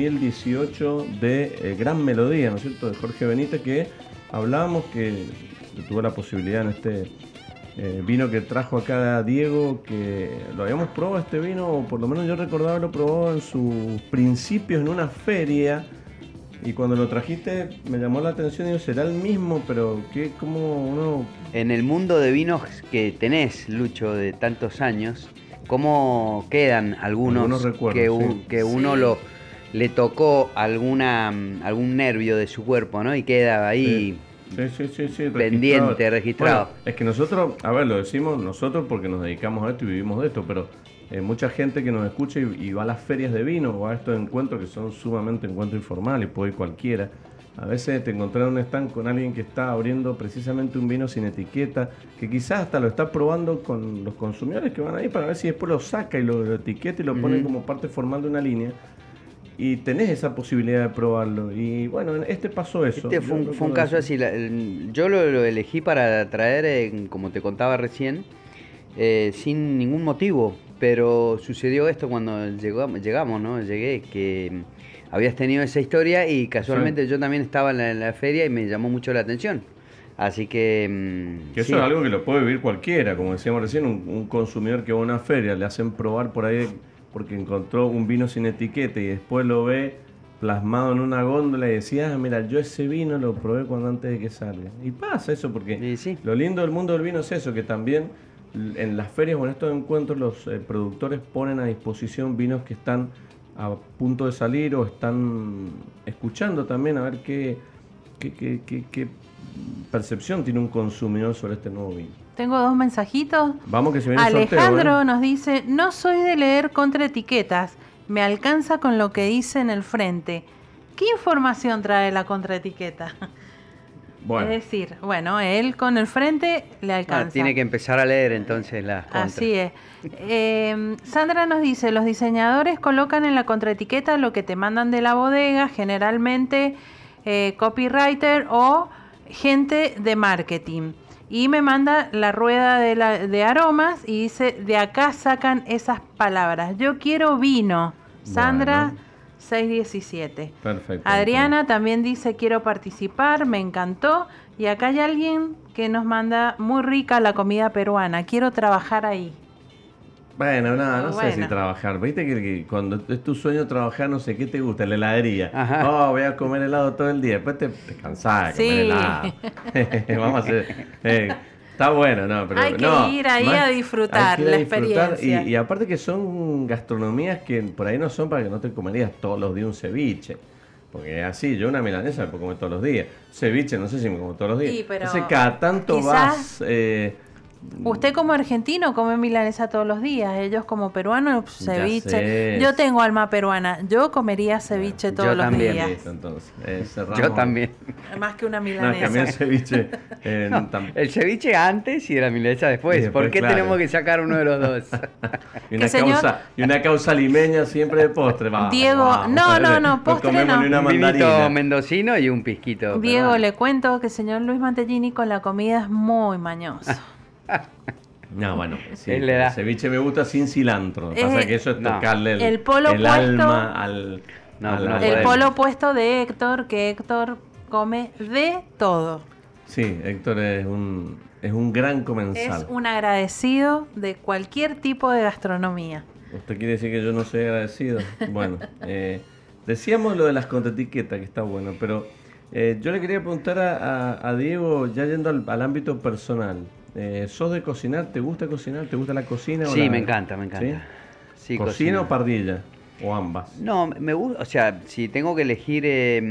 2018 de Gran Melodía, ¿no es cierto?, de Jorge Benítez, que hablábamos, que tuve la posibilidad en este vino que trajo acá Diego, que lo habíamos probado este vino, o por lo menos yo recordaba haberlo probado en sus principios en una feria, y cuando lo trajiste me llamó la atención y digo, ¿será el mismo? Pero ¿cómo uno...? En el mundo de vinos que tenés, Lucho, de tantos años, ¿cómo quedan algunos recuerdos, que uno le tocó algún nervio de su cuerpo, ¿no? Y queda ahí... Sí, pendiente, registrado. Bueno, es que nosotros, lo decimos nosotros porque nos dedicamos a esto y vivimos de esto, pero mucha gente que nos escucha y va a las ferias de vino o a estos encuentros que son sumamente encuentros informales, puede ir cualquiera. A veces te encontrás en un stand con alguien que está abriendo precisamente un vino sin etiqueta, que quizás hasta lo está probando con los consumidores que van ahí para ver si después lo saca y lo etiqueta y lo pone como parte formal de una línea. Y tenés esa posibilidad de probarlo. Y bueno, pasó eso. Fue un caso así. Yo lo elegí para traer, como te contaba recién, sin ningún motivo. Pero sucedió esto cuando llegamos, ¿no? Llegué, que habías tenido esa historia y casualmente yo también estaba en la feria y me llamó mucho la atención. Así que... eso es algo que lo puede vivir cualquiera. Como decíamos recién, un consumidor que va a una feria, le hacen probar por ahí... porque encontró un vino sin etiqueta y después lo ve plasmado en una góndola y decía, mira, yo ese vino lo probé antes de que salga. Y pasa eso, porque lo lindo del mundo del vino es eso, que también en las ferias o en estos encuentros los productores ponen a disposición vinos que están a punto de salir o están escuchando también a ver qué percepción tiene un consumidor sobre este nuevo vino. Tengo 2 mensajitos. Vamos, que se viene Alejandro el sorteo, nos dice, no soy de leer contraetiquetas, me alcanza con lo que dice en el frente. ¿Qué información trae la contraetiqueta? Bueno. Es decir, bueno, él con el frente le alcanza. Tiene que empezar a leer entonces las contras. Así es. Sandra nos dice, los diseñadores colocan en la contraetiqueta lo que te mandan de la bodega, generalmente copywriter o gente de marketing. Y me manda la rueda de aromas y dice, de acá sacan esas palabras. Yo quiero vino. Sandra, Bueno. 617. Perfecto. Adriana también dice, quiero participar, me encantó. Y acá hay alguien que nos manda, muy rica la comida peruana, quiero trabajar ahí. Bueno, nada, no sé Bueno. si trabajar. Viste que cuando es tu sueño trabajar, no sé qué te gusta, la heladería. Ajá. Oh, voy a comer helado todo el día. Después te cansás de comer Sí. helado. Vamos a hacer. Está bueno, ¿no? Pero Hay que no, ir ahí a disfrutar hay que ir la a disfrutar. experiencia. Y aparte que son gastronomías que por ahí no son para que no te comerías todos los días un ceviche. Porque así, yo una milanesa me puedo comer todos los días. Ceviche, no sé si me como todos los días. Sí, pero Entonces cada tanto quizás vas... Usted como argentino come milanesa todos los días, ellos como peruanos, Ya ceviche. sé. Yo tengo alma peruana, yo comería ceviche todos los también. días. Listo, entonces, cerramos. Yo también. Más que una No, es que a mí el milanesa. ceviche... No, el ceviche antes y la milanesa después. Y después, ¿Por qué claro. tenemos que sacar uno de los dos? y una causa limeña siempre de postre. Vamos, Diego, vamos. no, postre comemos no. ni una Un vinito mandarina. mendocino y un pisquito. Diego, peruano. le cuento que el señor Luis Mantellini con la comida es muy mañoso. No, bueno, sí, Él le da. el ceviche me gusta sin cilantro. Lo que pasa es que eso es no. tocarle El polo el puesto- alma al... No, a la- no El podemos. polo opuesto de Héctor, que Héctor come de todo. Sí, Héctor es un gran comensal. Es un agradecido de cualquier tipo de gastronomía. ¿Usted quiere decir que yo no soy agradecido? Bueno, decíamos lo de las contraetiquetas, que está bueno, pero yo le quería preguntar a Diego, ya yendo al ámbito personal, ¿sos de cocinar? ¿Te gusta cocinar? ¿Te gusta la cocina? Sí, me encanta, me encanta. Sí, ¿Cocina cocino. o parrilla? ¿O ambas? No, me gusta, o sea, si tengo que elegir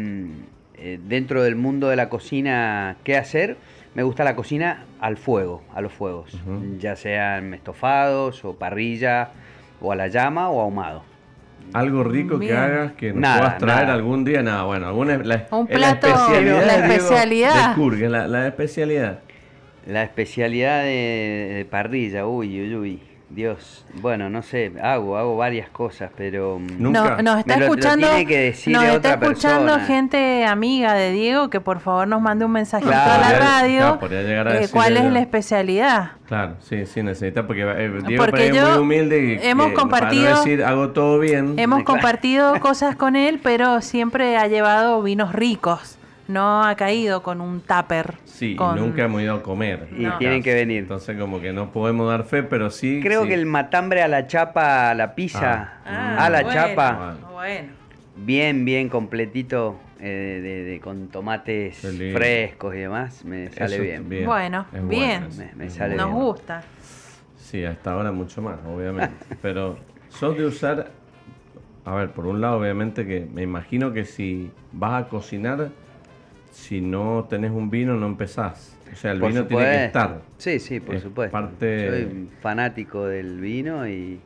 dentro del mundo de la cocina qué hacer, me gusta la cocina al fuego, a los fuegos, ya sean estofados o parrilla o a la llama o ahumado. Algo rico Bien. que hagas que nos Nada, puedas traer nada. algún día, nada, bueno, alguna Un es plato, la especialidad, la de Diego especialidad. de Kurg, la especialidad. La especialidad de parrilla, uy, Dios. Bueno, no sé, hago varias cosas, pero Nunca. No, nos está Me lo escuchando, tiene que decir nos está otra escuchando persona. gente amiga de Diego que por favor nos mande un mensajito Claro, a la podría- radio. claro, podría llegar a decirle ¿Cuál es yo. la especialidad? Claro, sí, necesita, porque Diego Porque por ahí es yo- muy humilde y hemos para compartido- no decir hago todo bien. Hemos Claro. compartido cosas con él, pero siempre ha llevado vinos ricos. No ha caído con un tupper. Sí, con- y nunca hemos ido a comer. Y No. tienen que venir. Entonces como que no podemos dar fe, pero sí. Creo sí. que el matambre a la chapa, a la pizza, a la bueno, chapa, Bueno. bien completito, con tomates Qué lindo. frescos y demás, me Eso sale está bien. Bueno, es bien. bueno, Me es sale Nos bueno. gusta. Sí, hasta ahora mucho más, obviamente. Pero sos de usar, a ver, por un lado, obviamente que me imagino que si vas a cocinar, si no tenés un vino, no empezás. O sea, el Por vino tiene que supuesto. estar. Sí, por Es supuesto. parte- Soy fanático del vino y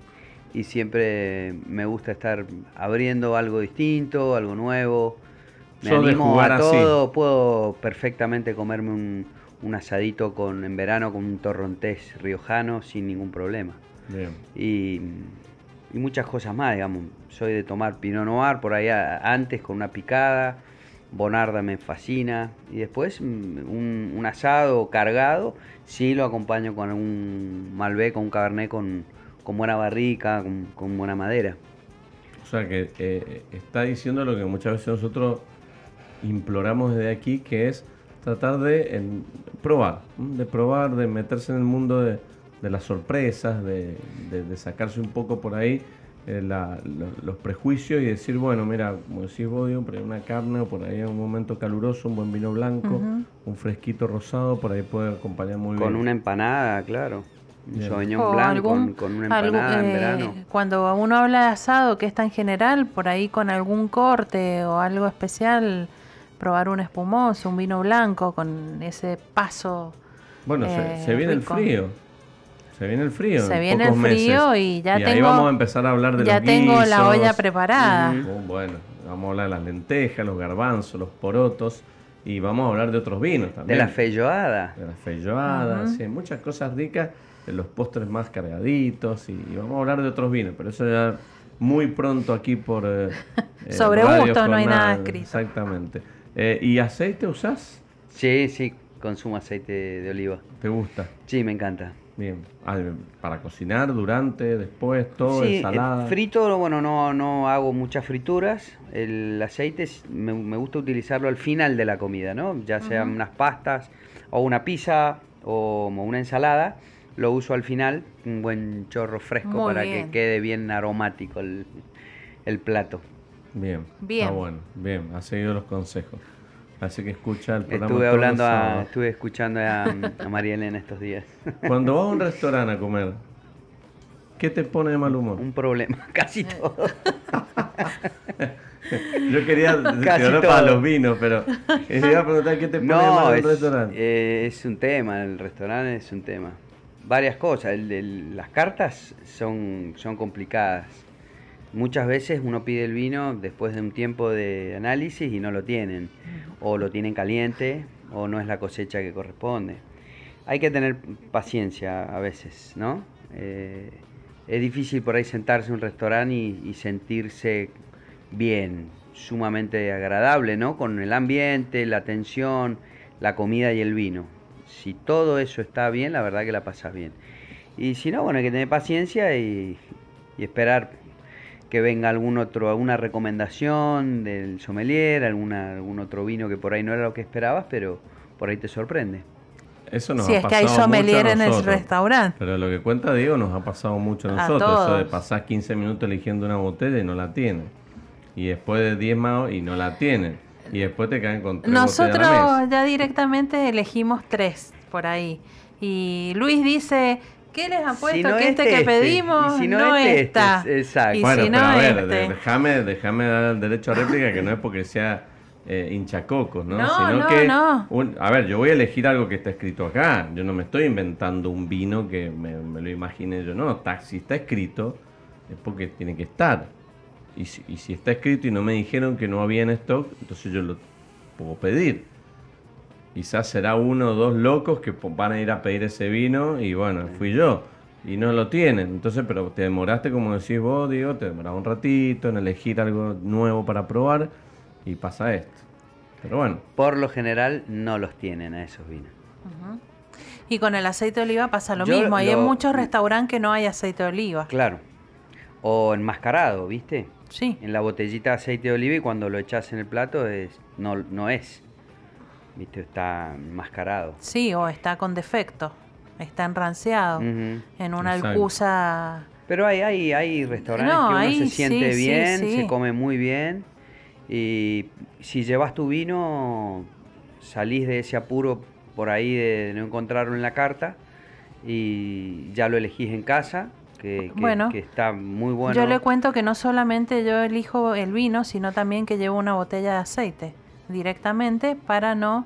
siempre me gusta estar abriendo algo distinto, algo nuevo. Me Sos de animo jugar a así. todo, puedo perfectamente comerme un asadito en verano con un torrontés riojano sin ningún problema. Bien. Y muchas cosas más, digamos. Soy de tomar Pinot Noir por ahí antes con una picada, Bonarda me fascina, y después un asado cargado, sí lo acompaño con un Malbec o un Cabernet con buena barrica, con buena madera. O sea que está diciendo lo que muchas veces nosotros imploramos desde aquí, que es tratar de probar, de meterse en el mundo de las sorpresas, de sacarse un poco por ahí los prejuicios y decir, bueno, mira, como decís vos, Diego, por ahí una carne o por ahí en un momento caluroso, un buen vino blanco, un fresquito rosado, por ahí puede acompañar muy bien. Con una empanada, claro. Un Bien. Sauvignon O Blanc algún- con una empanada en verano. Cuando uno habla de asado, que es tan general, por ahí con algún corte o algo especial, probar un espumoso, un vino blanco con ese paso. Bueno, se viene rico. el frío. Se viene el frío. Se en viene pocos el frío meses. y ya ahí tengo- vamos a empezar a hablar de ya los tengo la guisos. olla preparada. Bueno, vamos a hablar de las lentejas, los garbanzos, los porotos, y vamos a hablar de otros vinos también. De la feijoada. De la feijoada, sí, muchas cosas ricas, de los postres más cargaditos, y vamos a hablar de otros vinos, pero eso ya muy pronto aquí por sobre Radio gusto no hay Jornal. nada escrito. Exactamente. ¿Y aceite usás? Sí, consumo aceite de oliva. ¿Te gusta? Sí, me encanta. Bien. Para cocinar, durante, después, todo, Sí, ensalada. frito, bueno, no hago muchas frituras. El aceite me gusta utilizarlo al final de la comida, ¿no? Ya sean unas pastas o una pizza o una ensalada, lo uso al final, un buen chorro fresco Muy para bien. que quede bien aromático el plato. Bien. Bien. Está bueno. Bien, has seguido los consejos. Así que escucha el programa. Estuve escuchando a María Elena estos días. Cuando vas a un restaurante a comer, ¿qué te pone de mal humor? Un problema, casi todo. Yo quería Casi para todo. los vinos, pero te iba a preguntar qué te pone de mal en un restaurante. Es un tema, el restaurante es un tema. Varias cosas, las cartas son complicadas. Muchas veces uno pide el vino después de un tiempo de análisis y no lo tienen. O lo tienen caliente o no es la cosecha que corresponde. Hay que tener paciencia a veces, ¿no? Es difícil por ahí sentarse en un restaurante y sentirse bien, sumamente agradable, ¿no? Con el ambiente, la atención, la comida y el vino. Si todo eso está bien, la verdad que la pasas bien. Y si no, bueno, hay que tener paciencia y esperar que venga alguna recomendación del sommelier, algún otro vino que por ahí no era lo que esperabas, pero por ahí te sorprende. Eso nos Si ha es que hay pasado sommelier mucho a en el nosotros. restaurante. Pero lo que cuenta Diego nos ha pasado mucho a A nosotros. Eso de todos. pasar 15 minutos eligiendo una botella y no la tienen. Y después de 10 más y no la tienen. Y después te caen con 3 botellas a la Nosotros mesa. ya directamente elegimos 3 por ahí. Y Luis dice, ¿qué les ha puesto? no que este, que este. pedimos Y si no no este, está. este. Exacto. Y Bueno, si pero no a ver, este. déjame dar el derecho a réplica, que no es porque sea hinchacocos, ¿no? No, Sino no, que, no. a ver, yo voy a elegir algo que está escrito acá. Yo no me estoy inventando un vino que me lo imaginé yo. No, si está escrito es porque tiene que estar. Y si está escrito y no me dijeron que no había en stock, entonces yo lo puedo pedir. Quizás será 1 o 2 locos que van a ir a pedir ese vino y bueno, fui yo. Y no lo tienen. Entonces, pero te demoraste, como decís vos, Diego, te demoraba un ratito en elegir algo nuevo para probar y pasa esto. Pero bueno. Por lo general no los tienen a esos vinos. Y con el aceite de oliva pasa lo Yo mismo. Hay en lo- muchos restaurantes que no hay aceite de oliva. Claro. O enmascarado, ¿viste? Sí. En la botellita de aceite de oliva y cuando lo echas en el plato no es. ¿Viste? Está enmascarado. Sí, o está con defecto. Está enranciado. Ujú. En una Exacto. alcuza. Pero hay restaurantes No, que uno ahí se siente sí, sí, bien, sí. se come muy bien. Y si llevas tu vino, salís de ese apuro por ahí de no encontrarlo en la carta y ya lo elegís en casa, que Bueno, está muy bueno. Yo le cuento que no solamente yo elijo el vino, sino también que llevo una botella de aceite directamente para no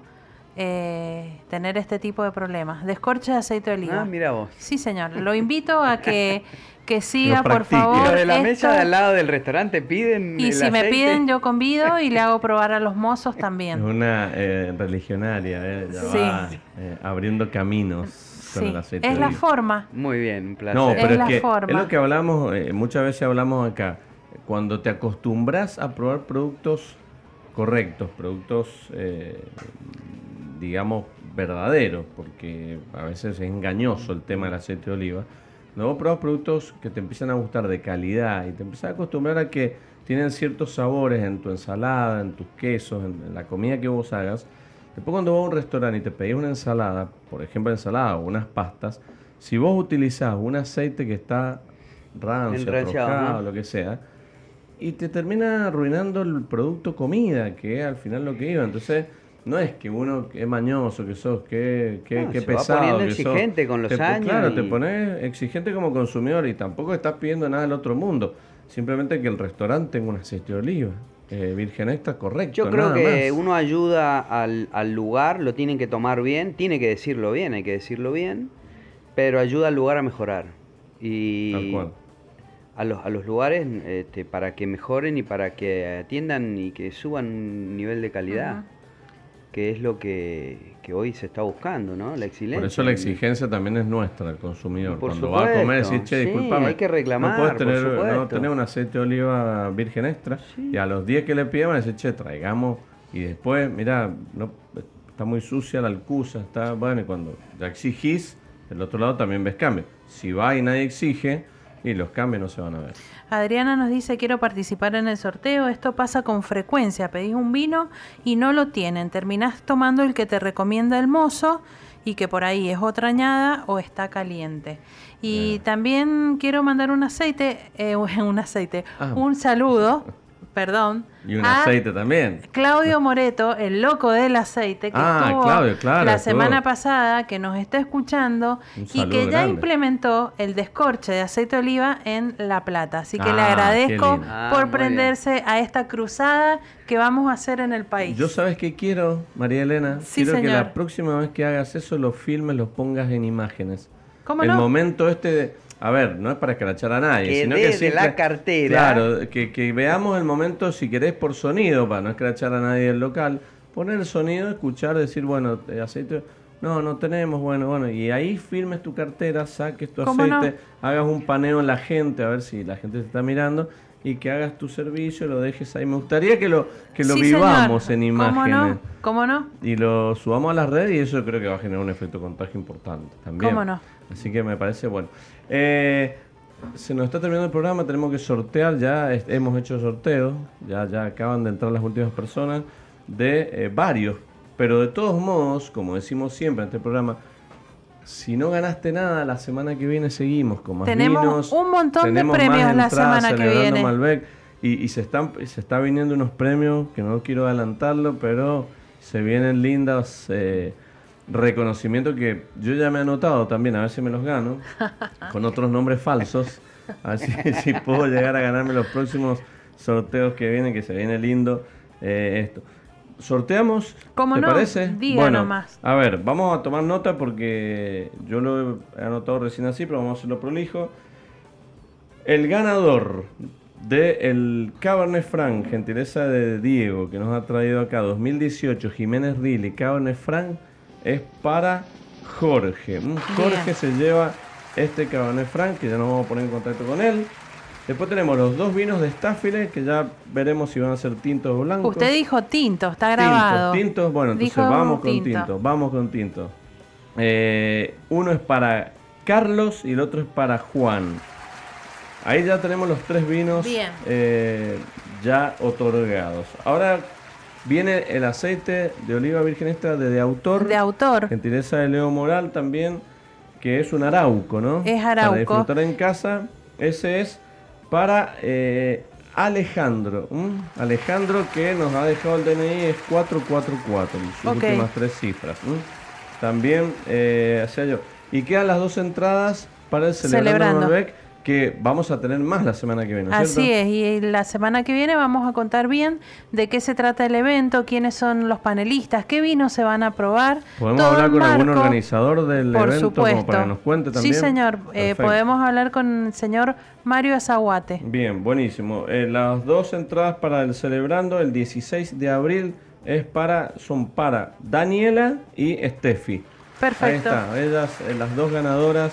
tener este tipo de problemas. Descorche de aceite de oliva. Ah, mira vos. Sí, señor. Lo invito a que siga, Lo por practique. Y favor. los de la esto. mesa de al lado del restaurante piden Y el si me aceite. piden, yo convido y le hago probar a los mozos Es también. una religionaria, ya Sí. va abriendo caminos con Sí, el aceite es de la oliva. forma. Muy bien, un placer. No, Es pero la es que forma. es lo que hablamos, muchas veces hablamos acá. Cuando te acostumbras a probar productos correctos, productos, digamos, verdaderos, porque a veces es engañoso el tema del aceite de oliva. Cuando vos probás productos que te empiezan a gustar de calidad y te empiezas a acostumbrar a que tienen ciertos sabores en tu ensalada, en tus quesos, en la comida que vos hagas. Después cuando vas a un restaurante y te pedís una ensalada, por ejemplo ensalada o unas pastas, si vos utilizás un aceite que está rancio, Enranciado, trocado, ¿no? lo que sea, y te termina arruinando el producto comida, que es al final lo que iba. Entonces, no es que uno que es mañoso, que sos, que No, se va pesado, poniendo que sos. exigente con los años Claro, y- te pones exigente como consumidor y tampoco estás pidiendo nada del otro mundo. Simplemente que el restaurante tenga un aceite de oliva virgen extra, correcto. Yo creo nada que más. uno ayuda al lugar, lo tienen que tomar bien, tiene que decirlo bien, hay que decirlo bien, pero ayuda al lugar a mejorar. Tal Y cual. a los lugares para que mejoren y para que atiendan y que suban un nivel de calidad, que es lo que hoy se está buscando, ¿no? La excelencia. Por eso la exigencia también es nuestra, el consumidor. Por Cuando supuesto, va a comer, decís, che, disculpame, hay que reclamar, no puedes tener, por supuesto. no tener un aceite de oliva virgen extra, y a los 10 que le pidamos, decís, che, traigamos, y después, mirá, no, está muy sucia la alcusa, está, bueno, y cuando ya exigís, del otro lado también ves cambios. Si va y nadie exige, y los cambios no se van a ver. Adriana nos dice, quiero participar en el sorteo. Esto pasa con frecuencia. Pedís un vino y no lo tienen. Terminás tomando el que te recomienda el mozo y que por ahí es otra añada o está caliente. Y también quiero mandar un saludo, perdón. Y un aceite también. Claudio Moreto, el loco del aceite, que estuvo Claudio, claro, la semana pasada, que nos está escuchando y que ya grande. Implementó el descorche de aceite de oliva en La Plata. Así que le agradezco por prenderse a esta cruzada que vamos a hacer en el país. Yo sabes qué quiero, María Elena, Sí, quiero señor. que la próxima vez que hagas eso los filmes, los pongas en imágenes. ¿Cómo el no? momento a ver, no es para escrachar a nadie, Que sino desde que siempre, la cartera. Claro, que veamos el momento, si querés, por sonido, para no escrachar a nadie del local, poner el sonido, escuchar, decir, bueno, aceite, no tenemos, bueno, y ahí filmes tu cartera, saques tu aceite, hagas un paneo en la gente, a ver si la gente te está mirando, y que hagas tu servicio, lo dejes ahí. Me gustaría que lo Sí, vivamos señor. en imágenes. ¿Cómo no? Y lo subamos a las redes y eso creo que va a generar un efecto contagio importante también. ¿Cómo no? Así que me parece bueno. Se nos está terminando el programa, tenemos que sortear, ya hemos hecho sorteos, ya acaban de entrar las últimas personas de varios, pero de todos modos, como decimos siempre en este programa, si no ganaste nada, la semana que viene seguimos con más Tenemos vinos, un montón de tenemos premios más la entradas semana que celebrando viene. Malbec, y se está viniendo unos premios que no quiero adelantarlo, pero se vienen lindas reconocimientos que yo ya me he anotado también, a ver si me los gano, con otros nombres falsos, a ver si puedo llegar a ganarme los próximos sorteos que vienen, que se viene lindo esto. ¿Sorteamos? ¿Cómo ¿Te no? parece? Diga Bueno, nomás. a ver, vamos a tomar nota porque yo lo he anotado recién así, pero vamos a hacerlo prolijo. El ganador del Cabernet Franc, gentileza de Diego, que nos ha traído acá 2018, Jiménez Riley, Cabernet Franc, es para Jorge. Jorge se lleva este Cabernet Franc, que ya nos vamos a poner en contacto con él. Después tenemos los dos vinos de Staffile, que ya veremos si van a ser tintos o blancos. Usted dijo tinto, está grabado. Tintos, bueno, entonces Dijo vamos con tinto. Uno es para Carlos y el otro es para Juan. Ahí ya tenemos los tres vinos ya otorgados. Ahora viene el aceite de oliva virgen extra de autor. De autor. Gentileza de Leo Moral también, que es un arauco, ¿no? Es arauco. Para disfrutar en casa. Ese es para Alejandro. Alejandro, que nos ha dejado el DNI, es 444, sus últimas tres cifras. También hacía yo. Y quedan las dos entradas para el Celebrando Malbec, que vamos a tener más la semana que viene, ¿cierto? Así es, y la semana que viene vamos a contar bien de qué se trata el evento, quiénes son los panelistas, qué vinos se van a probar. ¿Podemos hablar con algún organizador del evento como para que nos cuente también? Sí, señor. Podemos hablar con el señor Mario Azaguate. Bien, buenísimo. Las dos entradas para el Celebrando el 16 de abril son para Daniela y Steffi. Perfecto. Ahí está, ellas, las dos ganadoras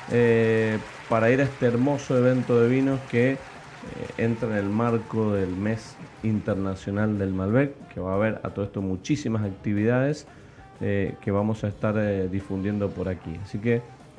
para ir a este hermoso evento de vinos que entra en el marco del mes internacional del Malbec, que va a haber a todo esto muchísimas actividades que vamos a estar difundiendo por aquí. Así que,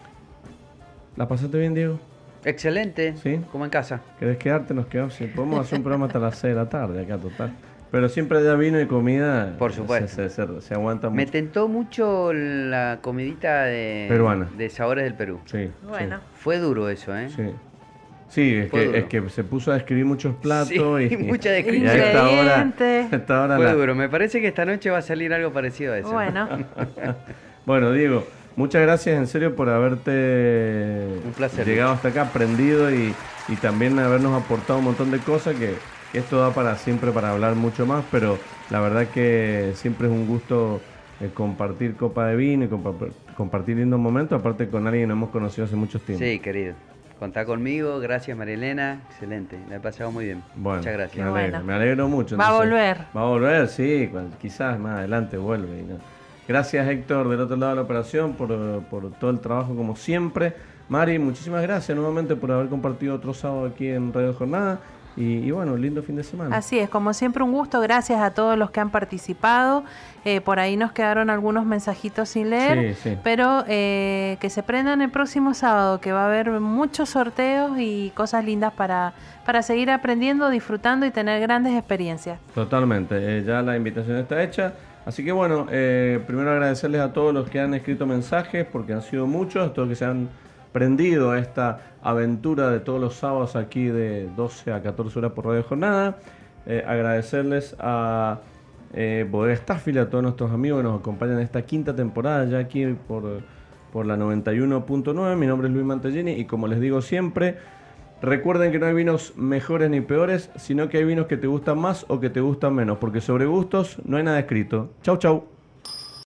¿la pasaste bien, Diego? Excelente, ¿Sí? Como en casa. ¿Querés quedarte? Nos quedamos. Sí, podemos hacer un programa hasta las 6 de la tarde acá, total. Pero siempre haya vino y comida. Por supuesto. Se aguanta mucho. Me tentó mucho la comidita peruana de Sabores del Perú. Sí. Bueno. Sí. Fue duro eso, ¿eh? Sí. Sí, es que se puso a describir muchos platos y mucha descripción. Y a esta hora fue duro. Me parece que esta noche va a salir algo parecido a eso. Bueno. Bueno, Diego, muchas gracias en serio por haberte llegado hasta acá, aprendido y también habernos aportado un montón de cosas que esto da para siempre para hablar mucho más, pero la verdad que siempre es un gusto compartir copa de vino y compartir lindos momentos, aparte con alguien que nos hemos conocido hace muchos tiempos. Sí, querido. Contá conmigo, gracias Marilena, excelente, la he pasado muy bien. Bueno, muchas gracias. Me alegro mucho. Va a volver. Va a volver, sí, quizás más adelante vuelve. ¿No? Gracias Héctor del otro lado de la operación por todo el trabajo como siempre. Mari, muchísimas gracias nuevamente por haber compartido otro sábado aquí en Radio Jornada. Y bueno, lindo fin de semana. Así es, como siempre un gusto, gracias a todos los que han participado. Por ahí nos quedaron algunos mensajitos sin leer, sí. pero que se prendan el próximo sábado, que va a haber muchos sorteos y cosas lindas para seguir aprendiendo, disfrutando y tener grandes experiencias. Totalmente, ya la invitación está hecha. Así que bueno, primero agradecerles a todos los que han escrito mensajes, porque han sido muchos, a todos los que se han prendido a esta aventura de todos los sábados aquí de 12 a 14 horas por Radio Jornada. Agradecerles a Bodega Staffil, a todos nuestros amigos que nos acompañan en esta quinta temporada ya aquí por la 91.9. Mi nombre es Luis Mantellini y como les digo siempre, recuerden que no hay vinos mejores ni peores, sino que hay vinos que te gustan más o que te gustan menos, porque sobre gustos no hay nada escrito. Chau, chau.